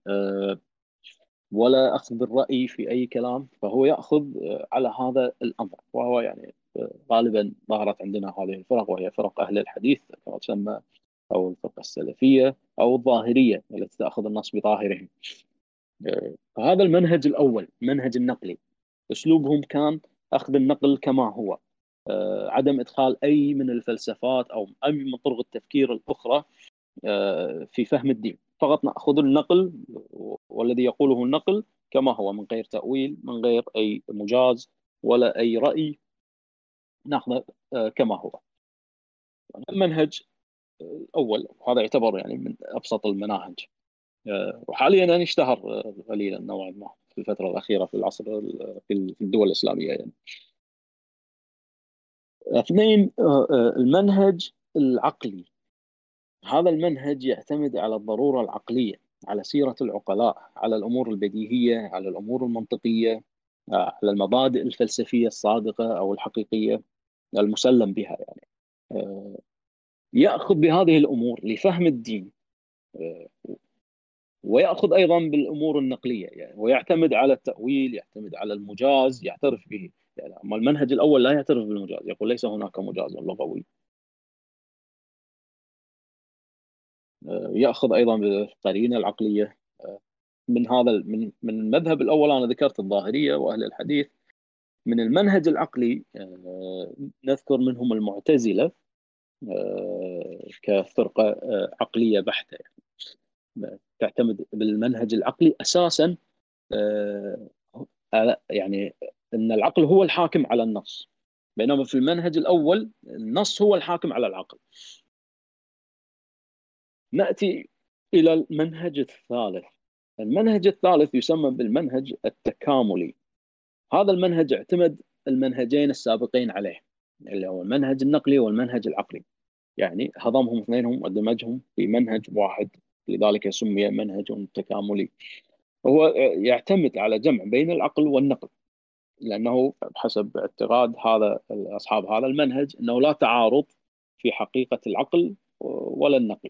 ولا أخذ الرأي في أي كلام. فهو يأخذ على هذا الأمر، وهو يعني غالبا ظهرت عندنا هذه الفرق، وهي فرق أهل الحديث كما تسمى، أو الفرقة السلفية أو الظاهرية التي تأخذ النص بظاهرهم. فهذا المنهج الأول، منهج النقلي، أسلوبهم كان أخذ النقل كما هو، عدم إدخال أي من الفلسفات أو أي من طرق التفكير الأخرى في فهم الدين. فقط نأخذ النقل والذي يقوله النقل كما هو، من غير تأويل، من غير أي مجاز ولا أي رأي، نأخذ كما هو. المنهج الأول هذا يعتبر يعني من أبسط المناهج، وحاليا يعني اشتهر قليلا نوعا ما في الفترة الأخيرة في العصر في الدول الإسلامية يعني. 2 المنهج العقلي. هذا المنهج يعتمد على الضرورة العقلية، على سيرة العقلاء، على الأمور البديهية، على الأمور المنطقية، على المبادئ الفلسفية الصادقة أو الحقيقية المسلم بها يعني. يأخذ بهذه الأمور لفهم الدين، آه، ويأخذ أيضا بالأمور النقلية يعني، ويعتمد على التأويل، يعتمد على المجاز، يعترف به يعني. أما المنهج الأول لا يعترف بالمجاز، يقول ليس هناك مجاز لغوي. يأخذ أيضا بالقرينة العقلية. من هذا من المذهب الأول أنا ذكرت الظاهرية وأهل الحديث. من المنهج العقلي نذكر منهم المعتزلة كفرقة عقلية بحتة يعني، تعتمد بالمنهج العقلي أساسا يعني أن العقل هو الحاكم على النص، بينما في المنهج الأول النص هو الحاكم على العقل. نأتي إلى المنهج الثالث. المنهج الثالث يسمى بالمنهج التكاملي. هذا المنهج اعتمد المنهجين السابقين عليه، اللي هو المنهج النقلي والمنهج العقلي، يعني هضمهم اثنينهم ودمجهم في منهج واحد، لذلك سمي منهج تكاملي. هو يعتمد على جمع بين العقل والنقل، لأنه بحسب اعتقاد هذا أصحاب هذا المنهج أنه لا تعارض في حقيقة العقل ولا النقل.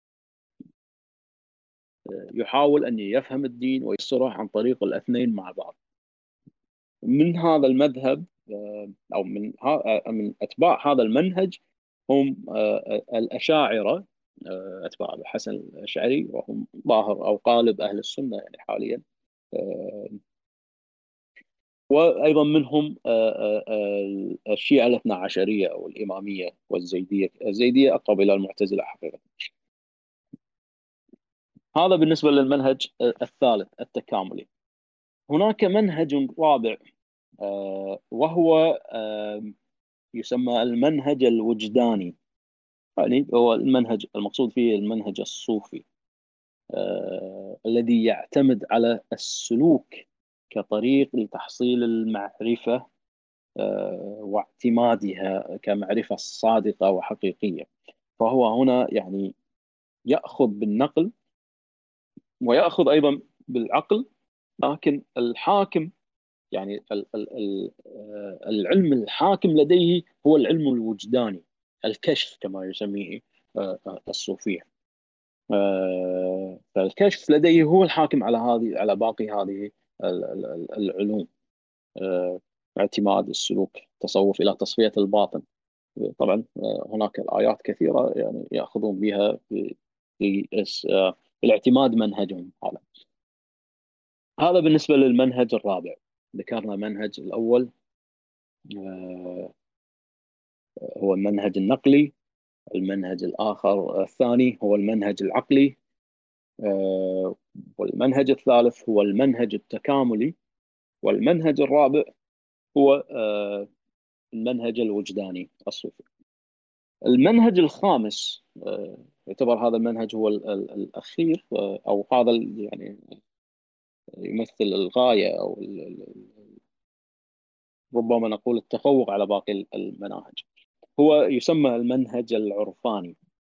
يحاول أن يفهم الدين ويفسره عن طريق الاثنين مع بعض. من هذا المذهب أو من أتباع هذا المنهج هم الأشاعرة، أتباع الحسن الأشعري، وهم ظاهر أو قالب أهل السنة يعني حاليا. وأيضا منهم الشيعة الاثنا عشرية أو الإمامية والزيدية. الزيدية أقرب إلى المعتزلة حقيقة. هذا بالنسبة للمنهج الثالث التكاملي. هناك منهج رابع وهو يسمى المنهج الوجداني. يعني هو المنهج المقصود فيه المنهج الصوفي الذي يعتمد على السلوك كطريق لتحصيل المعرفة واعتمادها كمعرفة صادقة وحقيقية. فهو هنا يعني يأخذ بالنقل ويأخذ أيضا بالعقل، لكن الحاكم يعني العلم الحاكم لديه هو العلم الوجداني، الكشف كما يسميه الصوفية. فالكشف لديه هو الحاكم على باقي هذه العلوم. اعتماد السلوك، تصوف إلى تصفية الباطن. طبعا هناك الآيات كثيرة يعني يأخذون بها في الاعتماد منهجهم هذا. هذا بالنسبة للمنهج الرابع. ذكرنا المنهج الأول هو المنهج النقلي، المنهج الآخر الثاني هو المنهج العقلي، والمنهج الثالث هو المنهج التكاملي، والمنهج الرابع هو المنهج الوجداني الصوفي. المنهج الخامس يعتبر هذا المنهج هو الأخير، أو هذا يعني يمثل الغاية أو ربما نقول التفوق على باقي المناهج. هو يسمى المنهج العرفاني.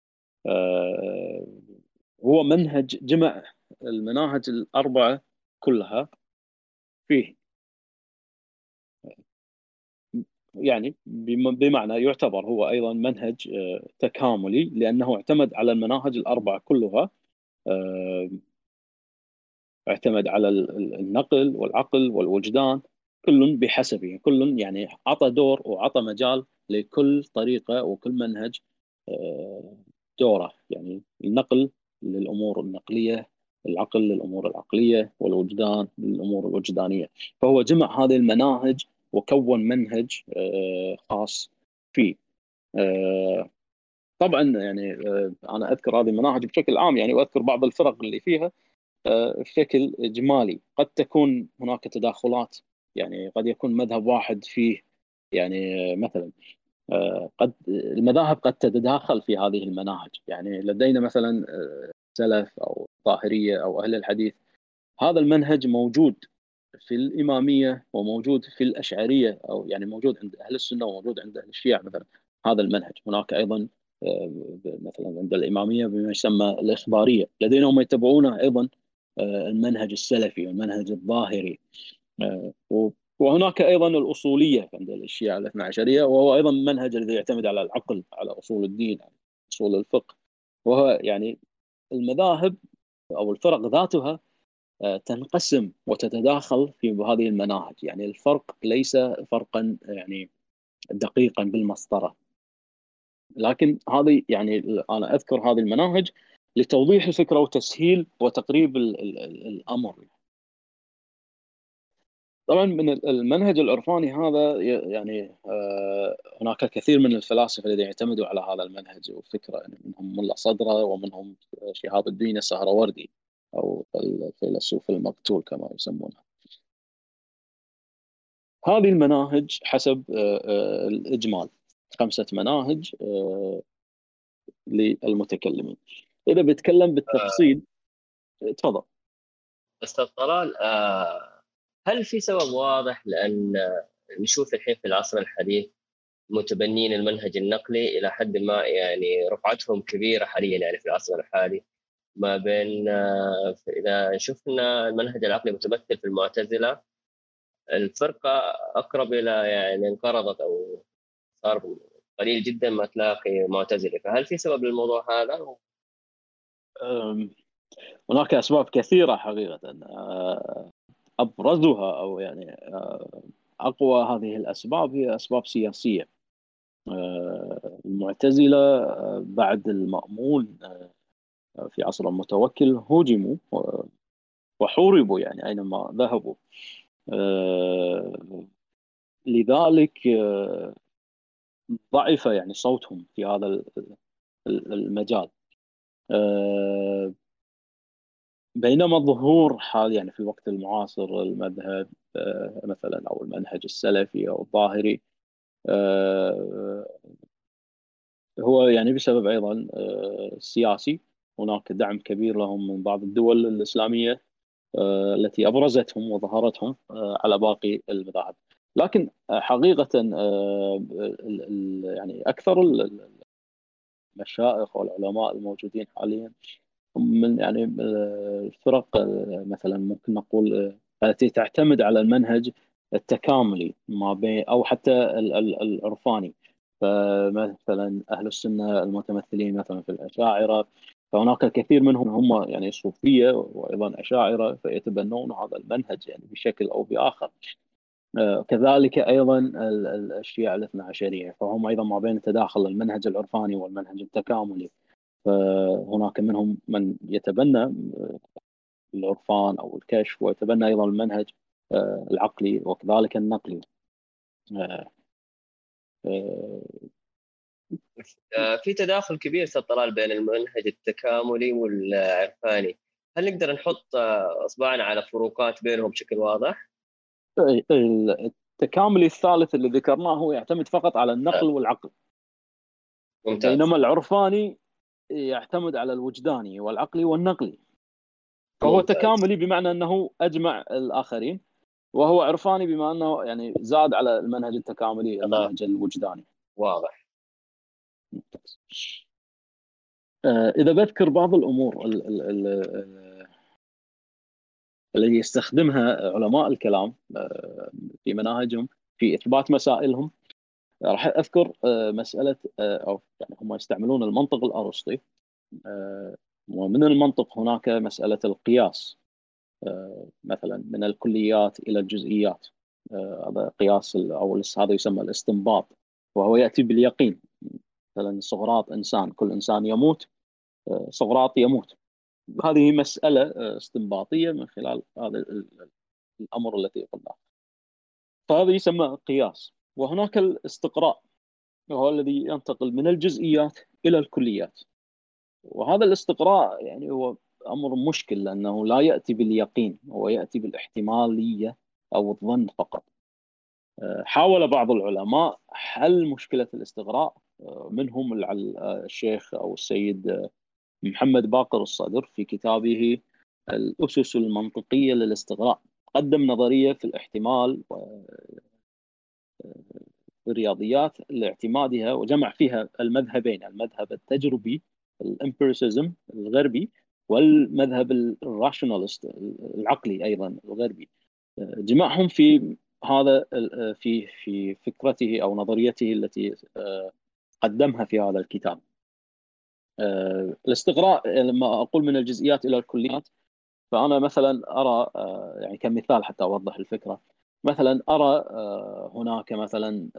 هو منهج جمع المناهج الأربعة كلها فيه، يعني بمعنى يعتبر هو أيضا منهج تكاملي، لأنه اعتمد على المناهج الأربعة كلها. اعتمد على النقل والعقل والوجدان، كل بحسبه، كل يعني عطى دور وعطى مجال لكل طريقة وكل منهج دوره. يعني النقل للأمور النقلية، العقل للأمور العقلية، والوجدان للأمور الوجدانية. فهو جمع هذه المناهج وكون منهج خاص فيه. طبعا يعني أنا أذكر هذه المناهج بشكل عام يعني، وأذكر بعض الفرق اللي فيها بشكل إجمالي. قد تكون هناك تداخلات، يعني قد يكون مذهب واحد فيه يعني مثلا قد المذاهب قد تتداخل في هذه المناهج. يعني لدينا مثلا سلف أو ظاهرية أو أهل الحديث، هذا المنهج موجود في الإمامية وموجود في الأشعرية، أو يعني موجود عند أهل السنة وموجود عند أهل الشيعة مثلا. هذا المنهج هناك أيضا مثلا عند الإمامية بما يسمى الإخبارية، لدينا هم يتبعونه أيضا المنهج السلفي والمنهج الظاهري. وهناك ايضا الاصوليه عند الشيعه الاثنا عشريه، وهو ايضا منهج الذي يعتمد على العقل، على اصول الدين، على اصول الفقه. وهو يعني المذاهب او الفرق ذاتها تنقسم وتتداخل في هذه المناهج. يعني الفرق ليس فرقا يعني دقيقا بالمسطره، لكن هذه يعني انا اذكر هذه المناهج لتوضيح الفكره وتسهيل وتقريب الامر. طبعا من المنهج العرفاني هذا يعني هناك كثير من الفلاسفه الذين يعتمدوا على هذا المنهج والفكره، يعني منهم ملا صدره ومنهم شهاب الدين السهروردي او الفيلسوف المقتول كما يسمونه. هذه المناهج حسب الاجمال 5 مناهج للمتكلمين. اذا بتكلم بالتفصيل تفضل. أستاذ طلال، هل في سبب واضح؟ لأن نشوف الحين في العصر الحديث متبنين المنهج النقلي إلى حد ما، يعني رفعتهم كبيرة حاليا يعني في العصر الحالي، ما بين إذا شفنا المنهج العقلي متمثل في المعتزلة، الفرقة أقرب إلى يعني انقرضت أو صار قليل جدا ما تلاقي معتزلة. فهل في سبب للموضوع هذا؟ هناك أسباب كثيرة حقيقة. أبرزها أو يعني أقوى هذه الأسباب هي أسباب سياسية. المعتزلة بعد المأمون في عصر المتوكل هجموا وحوربوا يعني أينما ذهبوا. لذلك ضعف يعني صوتهم في هذا المجال. بينما ظهور حال يعني في الوقت المعاصر المذهب مثلا او المنهج السلفي او الظاهري هو يعني بسبب ايضا سياسي. هناك دعم كبير لهم من بعض الدول الاسلاميه التي ابرزتهم وظهرتهم على باقي المذاهب. لكن حقيقه يعني اكثر المشائخ والعلماء الموجودين حاليا هم من يعني الفرق مثلا ممكن نقول التي تعتمد على المنهج التكاملي ما بين او حتى العرفاني. فمثلا اهل السنه المتمثلين مثلا في الاشاعره، فهناك الكثير منهم هم يعني صوفيه وايضا اشاعره فيتبنون هذا المنهج يعني بشكل او باخر. كذلك ايضا الشيعه الاثنا عشريه، فهم ايضا ما بين تداخل المنهج العرفاني والمنهج التكاملي. فهناك منهم من يتبنى العرفان او الكشف ويتبنى ايضا المنهج العقلي وكذلك النقلي. آه، آه، في تداخل كبير أستاذ طلال بين المنهج التكاملي والعرفاني. هل نقدر نحط اصبعنا على فروقات بينهم بشكل واضح؟ التكاملي الثالث اللي ذكرناه هو يعتمد فقط على النقل والعقل، ممتاز. بينما العرفاني يعتمد على الوجداني والعقلي والنقلي. فهو ممتاز. تكاملي بمعنى انه اجمع الاخرين، وهو عرفاني بما انه يعني زاد على المنهج التكاملي الله، المنهج الوجداني. واضح. إذا بذكر بعض الأمور التي يستخدمها علماء الكلام في مناهجهم في إثبات مسائلهم، راح أذكر مسألة أو يعني هم يستعملون المنطق الأرسطي. ومن المنطق هناك مسألة القياس، مثلا من الكليات إلى الجزئيات. هذا قياس أو هذا يسمى الاستنباط، وهو يأتي باليقين. مثلا سقراط إنسان، كل إنسان يموت، سقراط يموت. هذه مسألة استنباطية من خلال هذا الأمر الذي قلناه، فهذا يسمى قياس. وهناك الاستقراء، وهو الذي ينتقل من الجزئيات إلى الكليات. وهذا الاستقراء يعني هو أمر مشكل، لأنه لا يأتي باليقين، هو يأتي بالاحتمالية أو الظن فقط. حاول بعض العلماء حل مشكلة الاستقراء، منهم الشيخ أو السيد محمد باقر الصدر في كتابه الأسس المنطقية للاستقراء. قدم نظرية في الاحتمال والرياضيات لاعتمادها، وجمع فيها المذهبين: المذهب التجربي الامبيريسيزم الغربي، والمذهب الراشونالست العقلي ايضا الغربي. جمعهم في هذا في فكرته او نظريته التي قدمها في هذا الكتاب. الاستقراء لما اقول من الجزئيات الى الكليات، فأنا مثلا أرى يعني كمثال حتى أوضح الفكرة. مثلا أرى هناك مثلا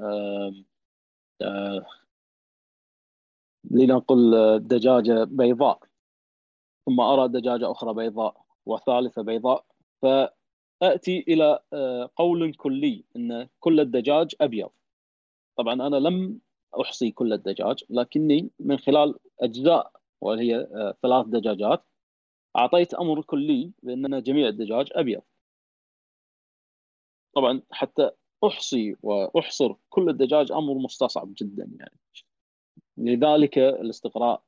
لنقل دجاجة بيضاء، ثم أرى دجاجة أخرى بيضاء وثالثة بيضاء، فأتي إلى قول كلي أن كل الدجاج أبيض. طبعا أنا لم أحصي كل الدجاج، لكني من خلال أجزاء وهي 3 دجاجات أعطيت أمر كلي بأن جميع الدجاج أبيض. طبعا حتى احصي واحصر كل الدجاج امر مستصعب جدا يعني. لذلك الاستقراء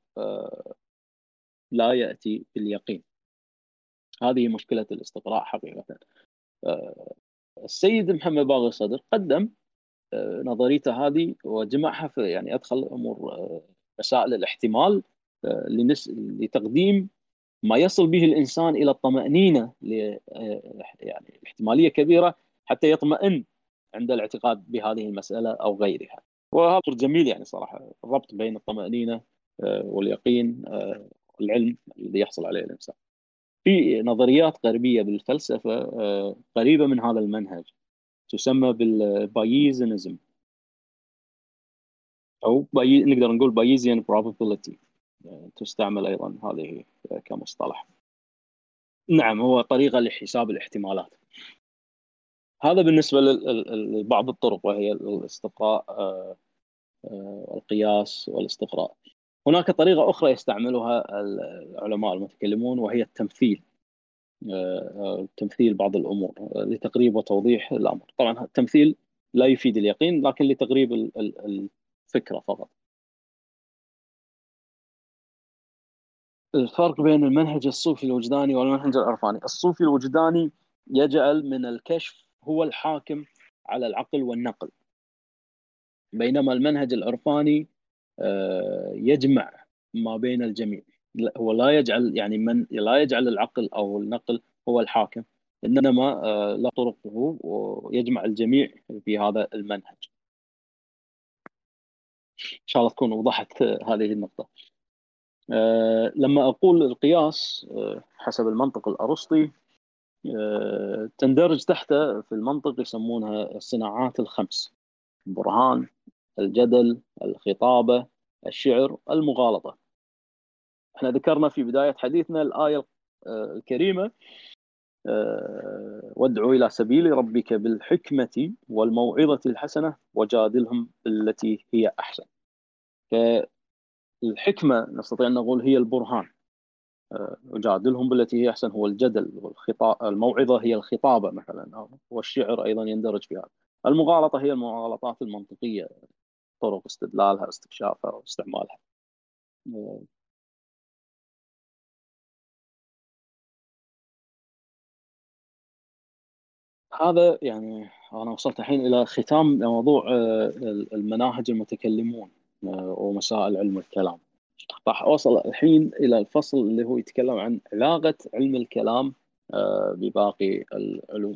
لا ياتي باليقين. هذه مشكله الاستقراء حقيقه. السيد محمد باقر الصدر قدم نظريته هذه وجمعها في يعني ادخل امور مسائل الاحتمال لتقديم ما يصل به الانسان الى الطمانينه يعني احتماليه كبيره حتى يطمئن عند الاعتقاد بهذه المساله او غيرها. وهذا أمر جميل يعني صراحه، الربط بين الطمانينه واليقين والعلم الذي يحصل عليه الانسان. في نظريات غربيه بالفلسفه قريبه من هذا المنهج، تسمى بالبايزنزم، او نقدر نقول بايزيان probability، تستعمل ايضا هذه كمصطلح. نعم، هو طريقه لحساب الاحتمالات. هذا بالنسبة لبعض الطرق، وهي الاستقراء، القياس والاستقراء. هناك طريقة أخرى يستعملها العلماء المتكلمون، وهي التمثيل. تمثيل بعض الأمور لتقريب وتوضيح الأمر. طبعا التمثيل لا يفيد اليقين، لكن لتقريب الفكرة فقط. الفرق بين المنهج الصوفي الوجداني والمنهج العرفاني: الصوفي الوجداني يجعل من الكشف هو الحاكم على العقل والنقل، بينما المنهج العرفاني يجمع ما بين الجميع. هو لا يجعل، يعني من لا يجعل العقل أو النقل هو الحاكم، إنما له طرقه ويجمع الجميع في هذا المنهج. إن شاء الله تكون وضحت هذه النقطة. لما أقول القياس حسب المنطق الأرسطي، تندرج تحته في المنطق يسمونها الصناعات الخمس: البرهان، الجدل، الخطابة، الشعر، المغالطة. احنا ذكرنا في بداية حديثنا الآية الكريمة: وادعوا إلى سبيل ربك بالحكمة والموعظة الحسنة وجادلهم بالتي هي أحسن. فالحكمة نستطيع أن نقول هي البرهان، وجادلهم بالتي هي أحسن هو الجدل، والخطاب الموعظة هي الخطابة مثلا، والشعر أيضا يندرج في هذا. المغالطة هي المغالطات المنطقية، طرق استدلالها، استكشافها واستعمالها. هذا يعني أنا وصلت الحين إلى ختام موضوع المناهج المتكلمون ومسائل علم الكلام. راح أوصل الحين إلى الفصل اللي هو يتكلم عن علاقة علم الكلام بباقي العلوم.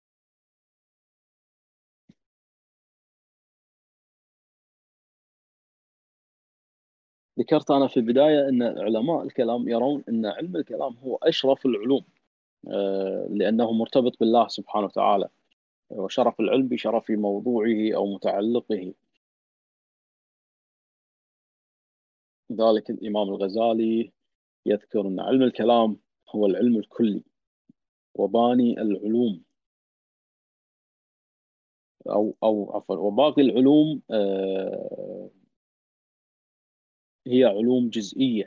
ذكرت أنا في البداية أن علماء الكلام يرون أن علم الكلام هو أشرف العلوم، لأنه مرتبط بالله سبحانه وتعالى، وشرف العلم بشرف موضوعه أو متعلقه. ذلك الإمام الغزالي يذكر أن علم الكلام هو العلم الكلي وباني العلوم، أو عفوا، وباقي العلوم هي علوم جزئية.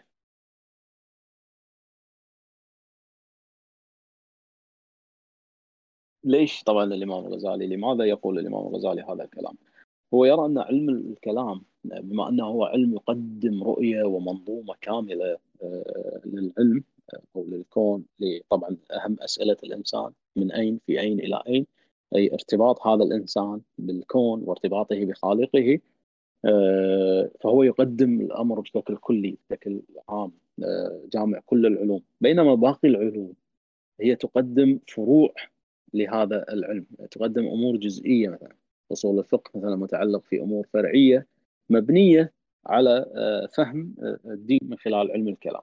ليش طبعا الإمام الغزالي، لماذا يقول الإمام الغزالي هذا الكلام؟ هو يرى أن علم الكلام بما أنه هو علم يقدم رؤية ومنظومة كاملة للعلم أو للكون، طبعا أهم أسئلة الإنسان: من أين، في أين، إلى أين، أي ارتباط هذا الإنسان بالكون وارتباطه بخالقه. فهو يقدم الأمر بشكل كلي، بشكل عام، جامع كل العلوم، بينما باقي العلوم هي تقدم فروع لهذا العلم، تقدم أمور جزئية. مثلا أصول الفقه مثلا متعلق في أمور فرعية مبنية على فهم الدين من خلال علم الكلام.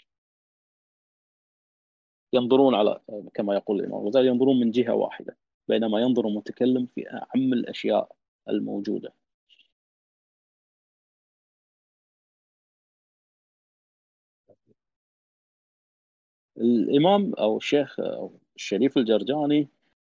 ينظرون على، كما يقول الإمام الغزالي، ينظرون من جهة واحدة، بينما ينظر المتكلم في أعم الأشياء الموجودة. الإمام أو الشيخ أو الشريف الجرجاني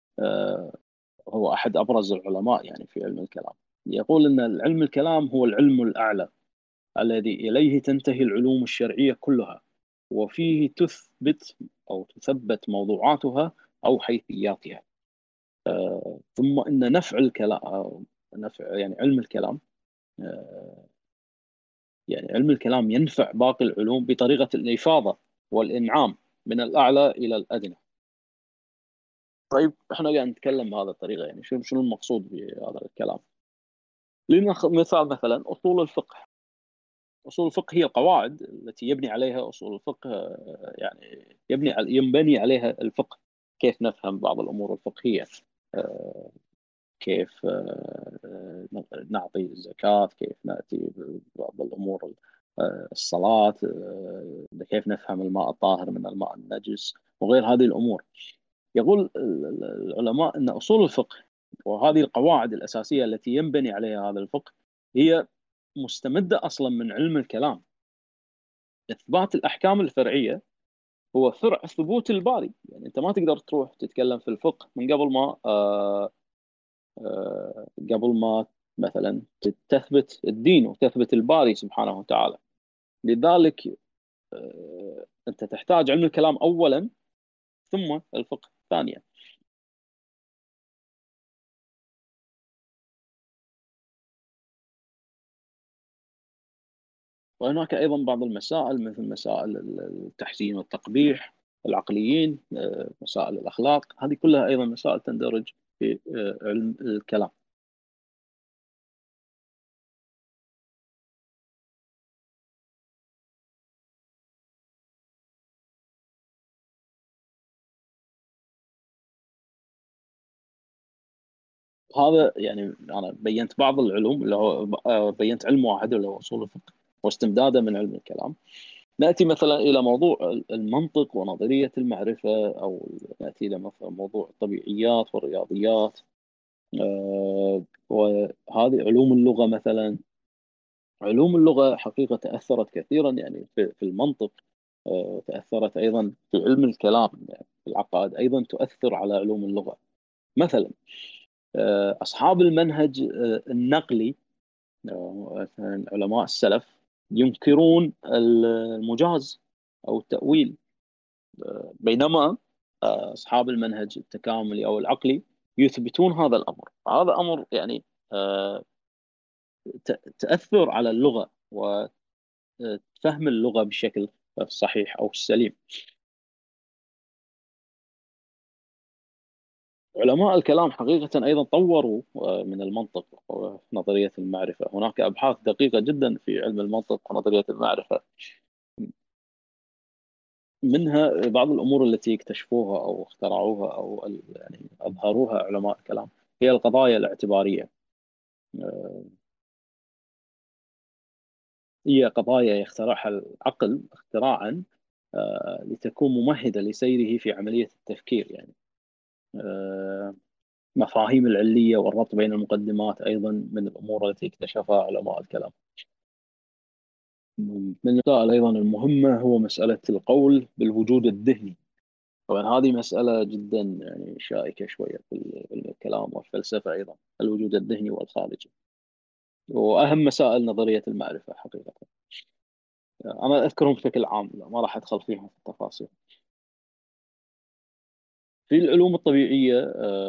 هو أحد أبرز العلماء يعني في علم الكلام. يقول أن علم الكلام هو العلم الأعلى الذي إليه تنتهي العلوم الشرعية كلها، وفيه تثبت أو تثبت موضوعاتها أو حيثياتها. ثم إن نفع الكلام، نفع يعني علم الكلام، آه، يعني علم الكلام ينفع باقي العلوم بطريقة الإفاضة والإنعام من الأعلى إلى الأدنى. طيب احنا قاعد نتكلم بهذه الطريقة، يعني شنو المقصود بهذا الكلام؟ لنأخذ مثال، مثلا أصول الفقه. أصول الفقه هي القواعد التي يبني عليها أصول الفقه، يعني ينبني عليها الفقه. كيف نفهم بعض الأمور الفقهية، آه، كيف نعطي الزكاة، كيف نأتي ببعض الأمور، الصلاة، كيف نفهم الماء الطاهر من الماء النجس، وغير هذه الأمور. يقول العلماء أن أصول الفقه وهذه القواعد الأساسية التي ينبني عليها هذا الفقه هي مستمدة أصلا من علم الكلام. إثبات الأحكام الفرعية هو فرع ثبوت الباري. يعني انت ما تقدر تروح تتكلم في الفقه من قبل ما قبل ما مثلا تثبت الدين وتثبت الباري سبحانه وتعالى. لذلك انت تحتاج علم الكلام اولا ثم الفقه ثانيا. وهناك ايضا بعض المسائل مثل مسائل التحسين والتقبيح العقليين، مسائل الاخلاق، هذه كلها ايضا مسائل تندرج في علم الكلام. هذا يعني انا بينت بعض العلوم اللي هو بينت علم واحد اللي هو اصول الفقه واستمداده من علم الكلام. ناتي مثلا الى موضوع المنطق ونظريه المعرفه، او ناتي الى مثلا موضوع الطبيعيات والرياضيات. وهذه علوم اللغه مثلا. علوم اللغه حقيقه تاثرت كثيرا يعني في المنطق. تاثرت ايضا في علم الكلام، يعني في العقائد ايضا تؤثر على علوم اللغه. مثلا اصحاب المنهج النقلي، مثلا علماء السلف ينكرون المجاز او التاويل، بينما اصحاب المنهج التكاملي او العقلي يثبتون هذا الامر. هذا امر يعني آه، تاثر على اللغه وفهم اللغه بشكل صحيح او السليم. علماء الكلام حقيقة أيضا طوروا من المنطق ونظرية المعرفة. هناك أبحاث دقيقة جدا في علم المنطق ونظرية المعرفة، منها بعض الأمور التي اكتشفوها أو اخترعوها أو يعني أظهروها علماء الكلام، هي القضايا الاعتبارية. آه، هي قضايا يخترعها العقل اختراعا لتكون ممهدة لسيره في عملية التفكير. يعني مفاهيم العلية والربط بين المقدمات أيضا من الأمور التي اكتشفها علماء الكلام. من المسائل أيضا المهمة هو مسألة القول بالوجود الذهني. طبعا هذه مسألة جدا يعني شائكة شوية في الكلام والفلسفة أيضا، الوجود الذهني والخارجي، وأهم مسائل نظرية المعرفة حقيقة. أنا أذكرهم بشكل عام، ما راح أدخل فيهم في التفاصيل. في العلوم الطبيعية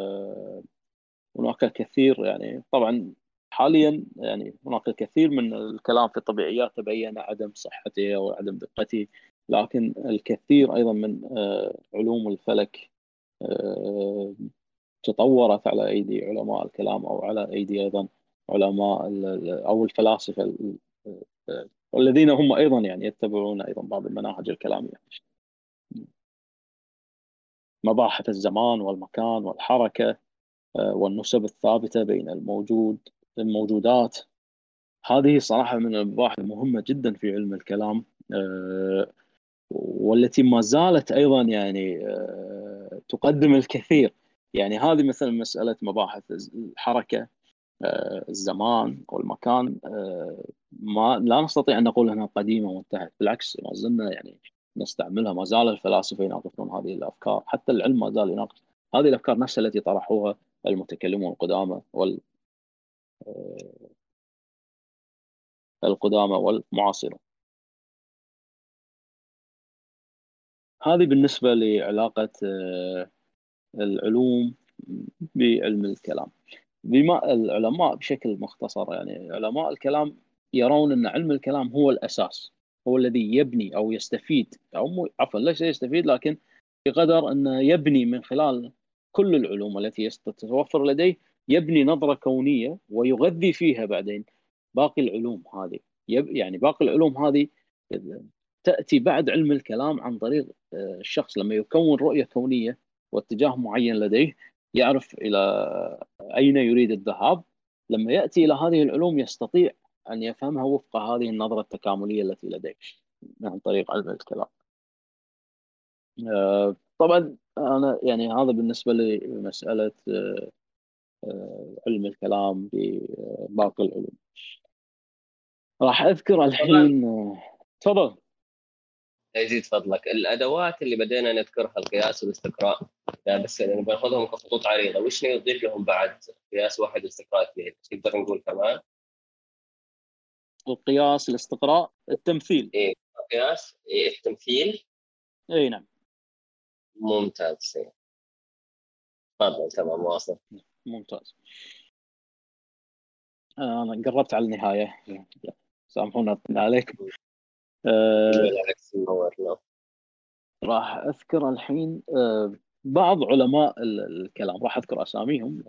هناك الكثير، يعني طبعا حاليا يعني هناك الكثير من الكلام في الطبيعيات تبين عدم صحته وعدم دقته، لكن الكثير أيضا من علوم الفلك آه، تطورت على أيدي علماء الكلام أو على أيدي أيضا علماء أو الفلاسفة والذين هم أيضا يعني يتبعون أيضا بعض المناهج الكلامية. مباحث الزمان والمكان والحركة والنسب الثابتة بين الموجودات، هذه صراحة من المباحث المهمة جدا في علم الكلام، والتي ما زالت أيضا يعني تقدم الكثير. يعني هذه مثلا مسألة مباحث الحركة، الزمان والمكان، ما لا نستطيع أن نقول أنها قديمة وانتهت، بالعكس ما زلنا يعني نستعملها. ما زال الفلاسفة يناقشون هذه الأفكار، حتى العلم ما زال يناقش هذه الأفكار نفسها التي طرحوها المتكلمون القدامى والمعاصرة. هذه بالنسبة لعلاقة العلوم بعلم الكلام. بما العلماء بشكل مختصر، يعني علماء الكلام يرون أن علم الكلام هو الأساس، هو الذي يبني أو يستفيد، أو عفوا ليس يستفيد لكن بقدر أنه يبني من خلال كل العلوم التي تتوفر لديه، يبني نظرة كونية ويغذي فيها بعدين باقي العلوم هذه. يعني باقي العلوم هذه تأتي بعد علم الكلام عن طريق الشخص لما يكون رؤية كونية واتجاه معين لديه، يعرف إلى أين يريد الذهاب. لما يأتي إلى هذه العلوم يستطيع أن يفهمها وفق هذه النظرة التكاملية التي لديه عن طريق علم الكلام. طبعا أنا يعني هذا بالنسبة لمسألة علم الكلام بباقي العلوم. راح أذكر طبعا الحين تفضل. يزيد فضلك. الادوات اللي بدينا نذكرها القياس والاستقراء، بس يعني بناخذهم كخطوط عريضه، وش نضيف لهم بعد؟ قياس واحد واستقراء اثنين، نقدر نقول كمان القياس، الاستقراء، التمثيل. ايه قياس، ايه التمثيل. اي نعم. ممتاز، إيه. تفضل، تمام، واصل. ممتاز. انا قربت على النهايه، سامحونا اطلنا عليكم. بالعكس، نورنا. راح اذكر الحين بعض علماء الكلام، راح اذكر اساميهم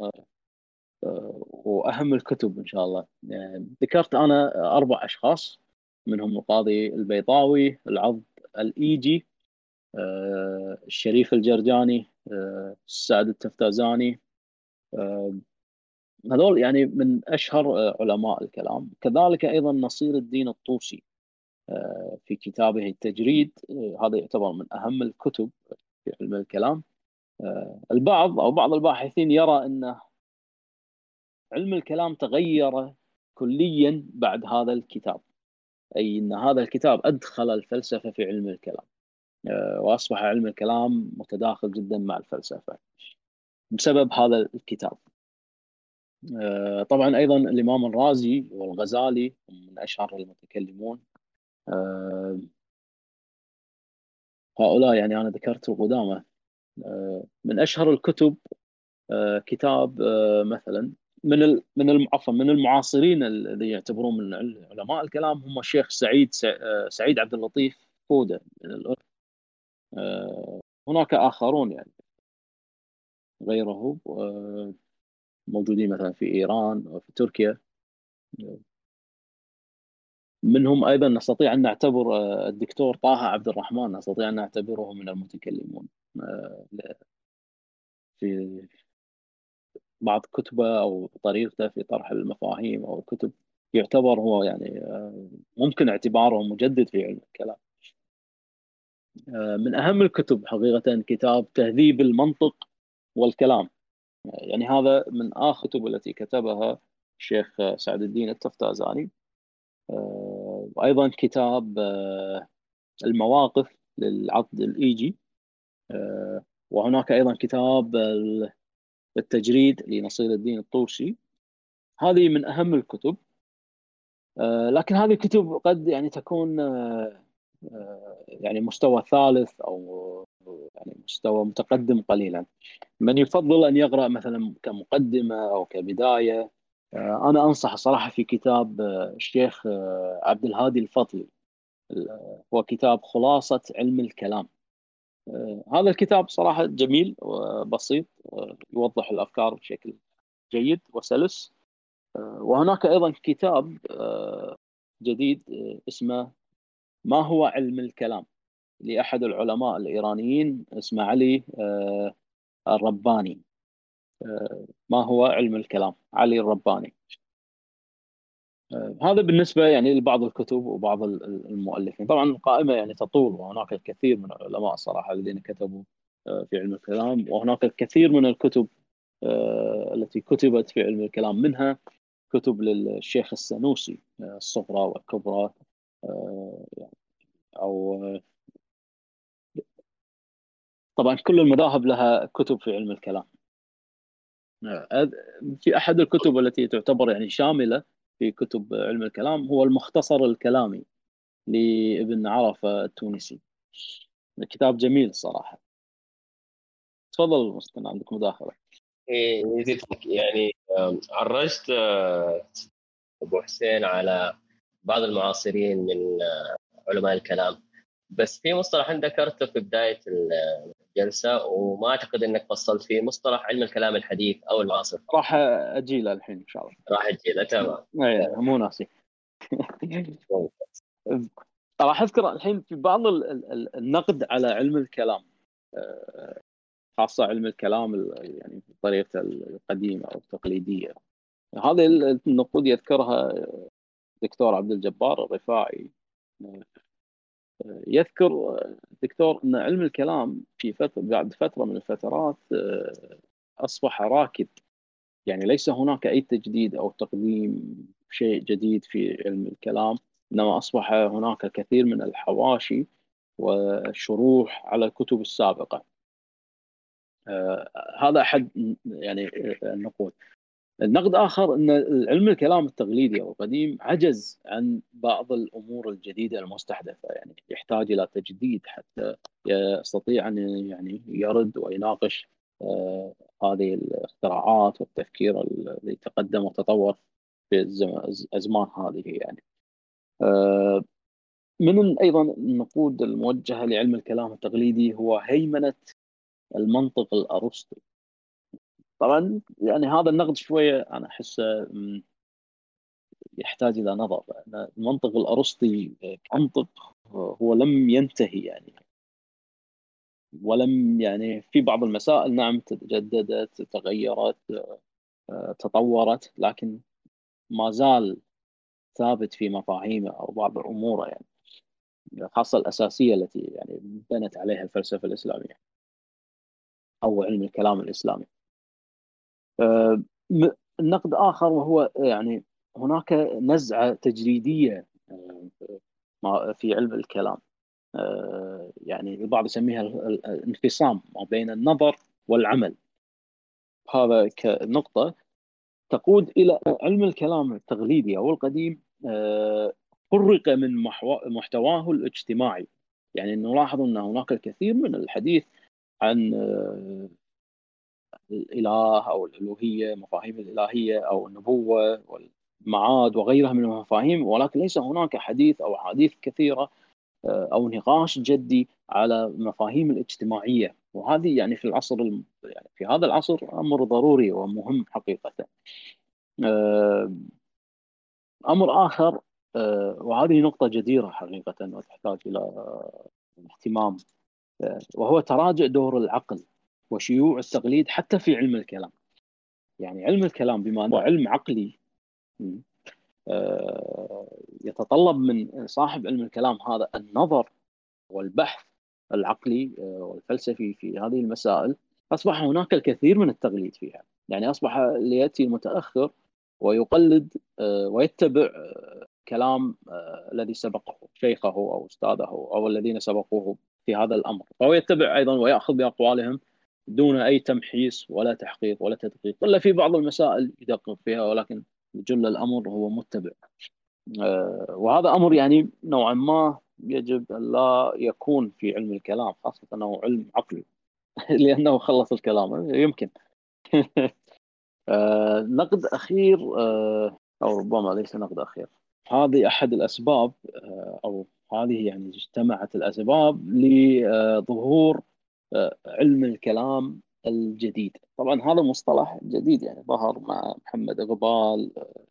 واهم الكتب ان شاء الله. ذكرت انا 4 اشخاص، منهم القاضي البيضاوي، العض الايجي، الشريف الجرجاني، السعد التفتازاني. هذول يعني من اشهر علماء الكلام. كذلك ايضا نصير الدين الطوسي في كتابه التجريد، هذا يعتبر من اهم الكتب في علم الكلام. البعض او بعض الباحثين يرى ان علم الكلام تغير كليا بعد هذا الكتاب، اي ان هذا الكتاب ادخل الفلسفه في علم الكلام، واصبح علم الكلام متداخل جدا مع الفلسفه بسبب هذا الكتاب. طبعا ايضا الامام الرازي والغزالي هم من اشهر المتكلمون. آه، هؤلاء يعني انا ذكرت القدامى. من اشهر الكتب كتاب مثلا عفوا من المعاصرين الذي يعتبرون من علماء الكلام هم الشيخ سعيد عبد اللطيف فودة من الأردن. هناك آخرون يعني غيره موجودين مثلا في إيران وفي تركيا. منهم أيضا نستطيع أن نعتبر الدكتور طه عبد الرحمن، نستطيع أن نعتبره من المتكلمون آه، في بعض كتبه أو طريقته في طرح المفاهيم أو الكتب. يعتبر هو يعني ممكن اعتباره مجدد في علم الكلام. من أهم الكتب حقيقة كتاب تهذيب المنطق والكلام. يعني هذا من آخر الكتب التي كتبها الشيخ سعد الدين التفتازاني. وأيضا كتاب المواقف للعقد الإيجي. وهناك أيضا كتاب التجريد لنصير الدين الطوسي. هذه من أهم الكتب. لكن هذه الكتب قد يعني تكون يعني مستوى ثالث أو يعني مستوى متقدم قليلا. من يفضل أن يقرأ مثلا كمقدمة أو كبداية، أنا أنصح صراحة في كتاب الشيخ عبد الهادي الفضلي. هو كتاب خلاصة علم الكلام. هذا الكتاب صراحة جميل وبسيط، يوضح الأفكار بشكل جيد وسلس. وهناك أيضا كتاب جديد اسمه ما هو علم الكلام، لأحد العلماء الإيرانيين اسمه علي الرباني. ما هو علم الكلام، علي الرباني. هذا بالنسبة يعني لبعض الكتب وبعض المؤلفين. طبعا القائمة يعني تطول، وهناك الكثير من العلماء صراحة الذين كتبوا في علم الكلام، وهناك الكثير من الكتب التي كتبت في علم الكلام، منها كتب للشيخ السنوسي الصغرى والكبرى، يعني أو طبعا كل المذاهب لها كتب في علم الكلام. في أحد الكتب التي تعتبر يعني شاملة في كتب علم الكلام هو المختصر الكلامي لابن عرفة التونسي. كتاب جميل صراحة. تفضل مستمع، عندك مداخلة. إيه، يزيدك يعني. عرجت ابو حسين على بعض المعاصرين من علماء الكلام، بس في مصطلح انت ذكرته في بدايه الجلسه وما اعتقد انك فصلت فيه، مصطلح علم الكلام الحديث او المعاصر. راح أجي له الحين إن شاء الله. راح تجي له، تمام. أي مو ناسي. راح أذكر الحين في بعض النقد على علم الكلام، خاصة علم الكلام يعني بطريقته القديمة أو التقليدية. هذه النقود يذكرها دكتور عبد الجبار الرفاعي. يذكر الدكتور أن علم الكلام في فترة، بعد فترة من الفترات أصبح راكد. يعني ليس هناك أي تجديد أو تقديم شيء جديد في علم الكلام، إنما أصبح هناك الكثير من الحواشي والشروح على الكتب السابقة. هذا أحد يعني النقود. النقد آخر أن علم الكلام التقليدي أو القديم عجز عن بعض الأمور الجديدة المستحدثة، يعني يحتاج إلى تجديد حتى يستطيع أن يعني يرد ويناقش هذه الاختراعات والتفكير الذي تقدم وتطور في الأزمان هذه يعني. من أيضا النقود الموجهة لعلم الكلام التقليدي هو هيمنة المنطق الأرسطي. طبعا يعني هذا النقد شوية أنا أحسه يحتاج إلى نظر، لأن المنطق الأرسطي كمنطق هو لم ينتهي يعني، ولم يعني في بعض المسائل نعم تجددت تغيرت تطورت، لكن ما زال ثابت في مفاهيمه أو بعض أموره يعني، خاصة الأساسية التي يعني بنت عليها الفلسفة الإسلامية أو علم الكلام الإسلامي. النقد آخر وهو يعني هناك نزعة تجريدية في علم الكلام، يعني البعض يسميها الانفصام ما بين النظر والعمل. هذا كنقطة تقود إلى علم الكلام التقليدي أو القديم فرق من محتواه الاجتماعي. يعني نلاحظ أن هناك الكثير من الحديث عن الإله أو الألوهية، مفاهيم الإلهية أو النبوة والمعاد وغيرها من المفاهيم، ولكن ليس هناك حديث أو أحاديث كثيرة أو نقاش جدي على المفاهيم الاجتماعية، وهذه يعني في العصر يعني في هذا العصر أمر ضروري ومهم حقيقة. أمر آخر وهذه نقطة جديرة حقيقة وتحتاج إلى اهتمام، وهو تراجع دور العقل وشيوع التقليد حتى في علم الكلام. يعني علم الكلام بما أنه علم عقلي يتطلب من صاحب علم الكلام هذا النظر والبحث العقلي والفلسفي في هذه المسائل. أصبح هناك الكثير من التقليد فيها، يعني أصبح ليأتي المتأخر ويقلد ويتبع كلام الذي سبقه شيخه أو أستاذه أو الذين سبقوه في هذا الأمر، فهو يتبع أيضا ويأخذ بأقوالهم دون أي تمحيص ولا تحقيق ولا تدقيق، إلا في بعض المسائل يدقق فيها، ولكن جل الأمر هو متبع. وهذا أمر يعني نوعا ما يجب أن لا يكون في علم الكلام، خاصة أنه علم عقلي لأنه خلص الكلام يمكن. نقد أخير أو ربما ليس نقد أخير، هذه أحد الأسباب أو هذه يعني اجتمعت الأسباب لظهور علم الكلام الجديد. طبعا هذا مصطلح جديد يعني ظهر مع محمد إقبال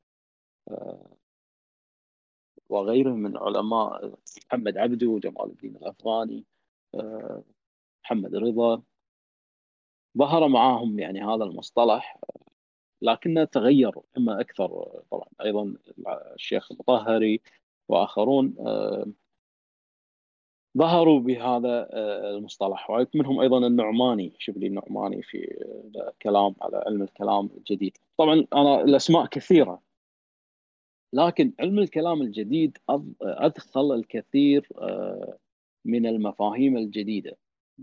وغيره من علماء، محمد عبده، جمال الدين الأفغاني، محمد رضا، ظهر معهم يعني هذا المصطلح، لكنه تغير إما أكثر. طبعا أيضا الشيخ المطهري وآخرون ظهروا بهذا المصطلح، ومنهم أيضا النعماني، شبلي النعماني في كلام على علم الكلام الجديد. طبعا أنا الأسماء كثيرة، لكن علم الكلام الجديد أدخل الكثير من المفاهيم الجديدة،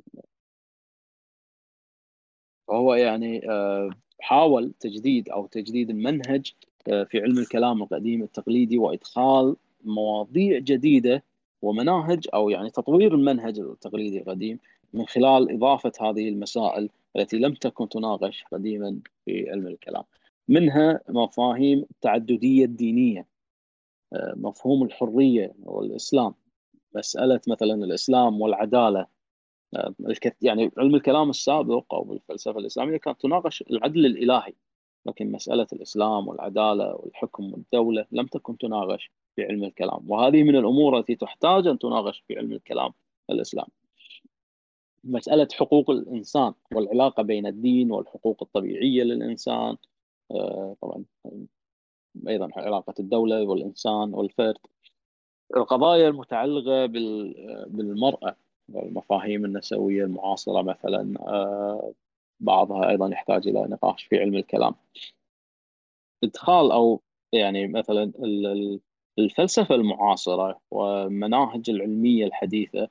وهو يعني حاول تجديد أو تجديد المنهج في علم الكلام القديم التقليدي، وإدخال مواضيع جديدة ومناهج، أو يعني تطوير المنهج التقليدي القديم من خلال إضافة هذه المسائل التي لم تكن تناقش قديما في علم الكلام. منها مفاهيم التعددية الدينية، مفهوم الحرية والإسلام، مسألة مثلا الإسلام والعدالة. يعني علم الكلام السابق أو بالفلسفة الإسلامية كانت تناقش العدل الإلهي، لكن مسألة الإسلام والعدالة والحكم والدولة لم تكن تناقش في علم الكلام، وهذه من الأمور التي تحتاج أن تناقش في علم الكلام الإسلامي. مسألة حقوق الإنسان والعلاقة بين الدين والحقوق الطبيعية للإنسان، طبعا أيضا علاقة الدولة والإنسان والفرد. القضايا المتعلقة بالمرأة والمفاهيم النسوية المعاصرة مثلا، بعضها أيضا يحتاج إلى نقاش في علم الكلام. إدخال أو يعني مثلا الفلسفة المعاصرة والمناهج العلمية الحديثة